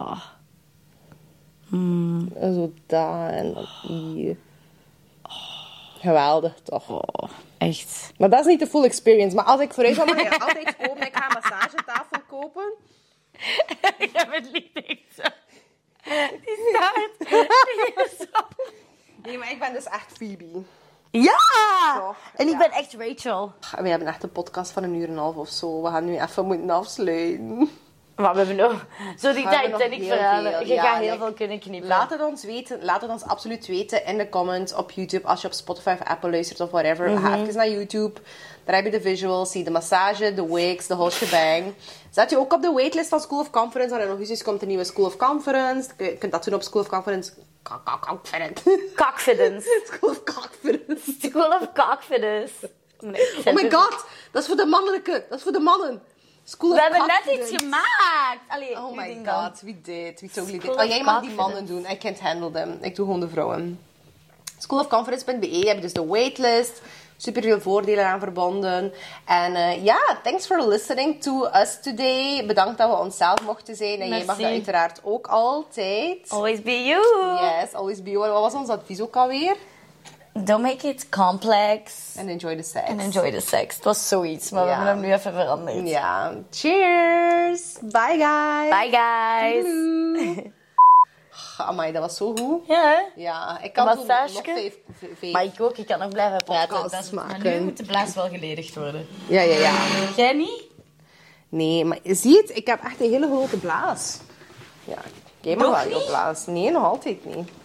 En zo daar en dan hier. Geweldig, toch? Echt. Maar dat is niet de full experience. Maar als ik vooruit ga, mag je altijd komen. Ik ga een massagetafel kopen. Ik heb het lied echt zo. Die staart. Nee, maar ik ben dus echt Phoebe. Ja! Toch? En ik Ja. ben echt Rachel. We hebben echt een podcast van 1,5 uur of zo. We gaan nu even moeten afsluiten. Maar we hebben nog... Zo die We hebben nog Titanic-verhalen. heel Je veel. Ja, gaat heel like, veel kunnen knippen. Laat het ons weten. Laat het ons absoluut weten in de comments op YouTube. Als je op Spotify of Apple luistert of whatever. Ga even naar YouTube. Daar heb je de visuals. Zie de massage, de wigs, de whole shebang. Zet je ook op de waitlist van School of Conference. Want in augustus komt een nieuwe School of Conference. Je kunt dat doen op School of Conference. Confidence. School of Conference. School of Confidence. Oh my god. Dat is voor de mannelijke. Dat is voor de mannen. School of We hebben net Confidence. iets gemaakt. Allee, Oh wie my denkt dan? god, wie did? Wie totally did? School Oh, of jij mag die Confidence. mannen doen. I can't handle them. Ik doe gewoon de vrouwen. Schoolofconference.be heb je dus de waitlist. Super veel voordelen aan verbonden. En ja, thanks for listening to us today. Bedankt dat we onszelf mochten zijn. En jij mag dat Merci. uiteraard ook altijd. Always be you. Yes, always be you. Wat was ons advies ook alweer? Don't make it complex. And enjoy the sex. And enjoy the sex. Het was zoiets, maar we Ja. hebben hem nu even veranderd. Ja. Cheers. Bye guys. Bye guys. Doei. Amai, dat was zo goed. Ja, hè? Ja, ik kan Een zo nog massage? vijf. Maar ik ook, ik kan nog blijven praten. Podcasts Maar maken. nu moet de blaas wel geledigd worden. Ja. Jij niet? Nee, maar je ziet, ik heb echt een hele grote blaas. Ja, jij mag Nog wel heel niet? blaas. Nee, nog altijd niet.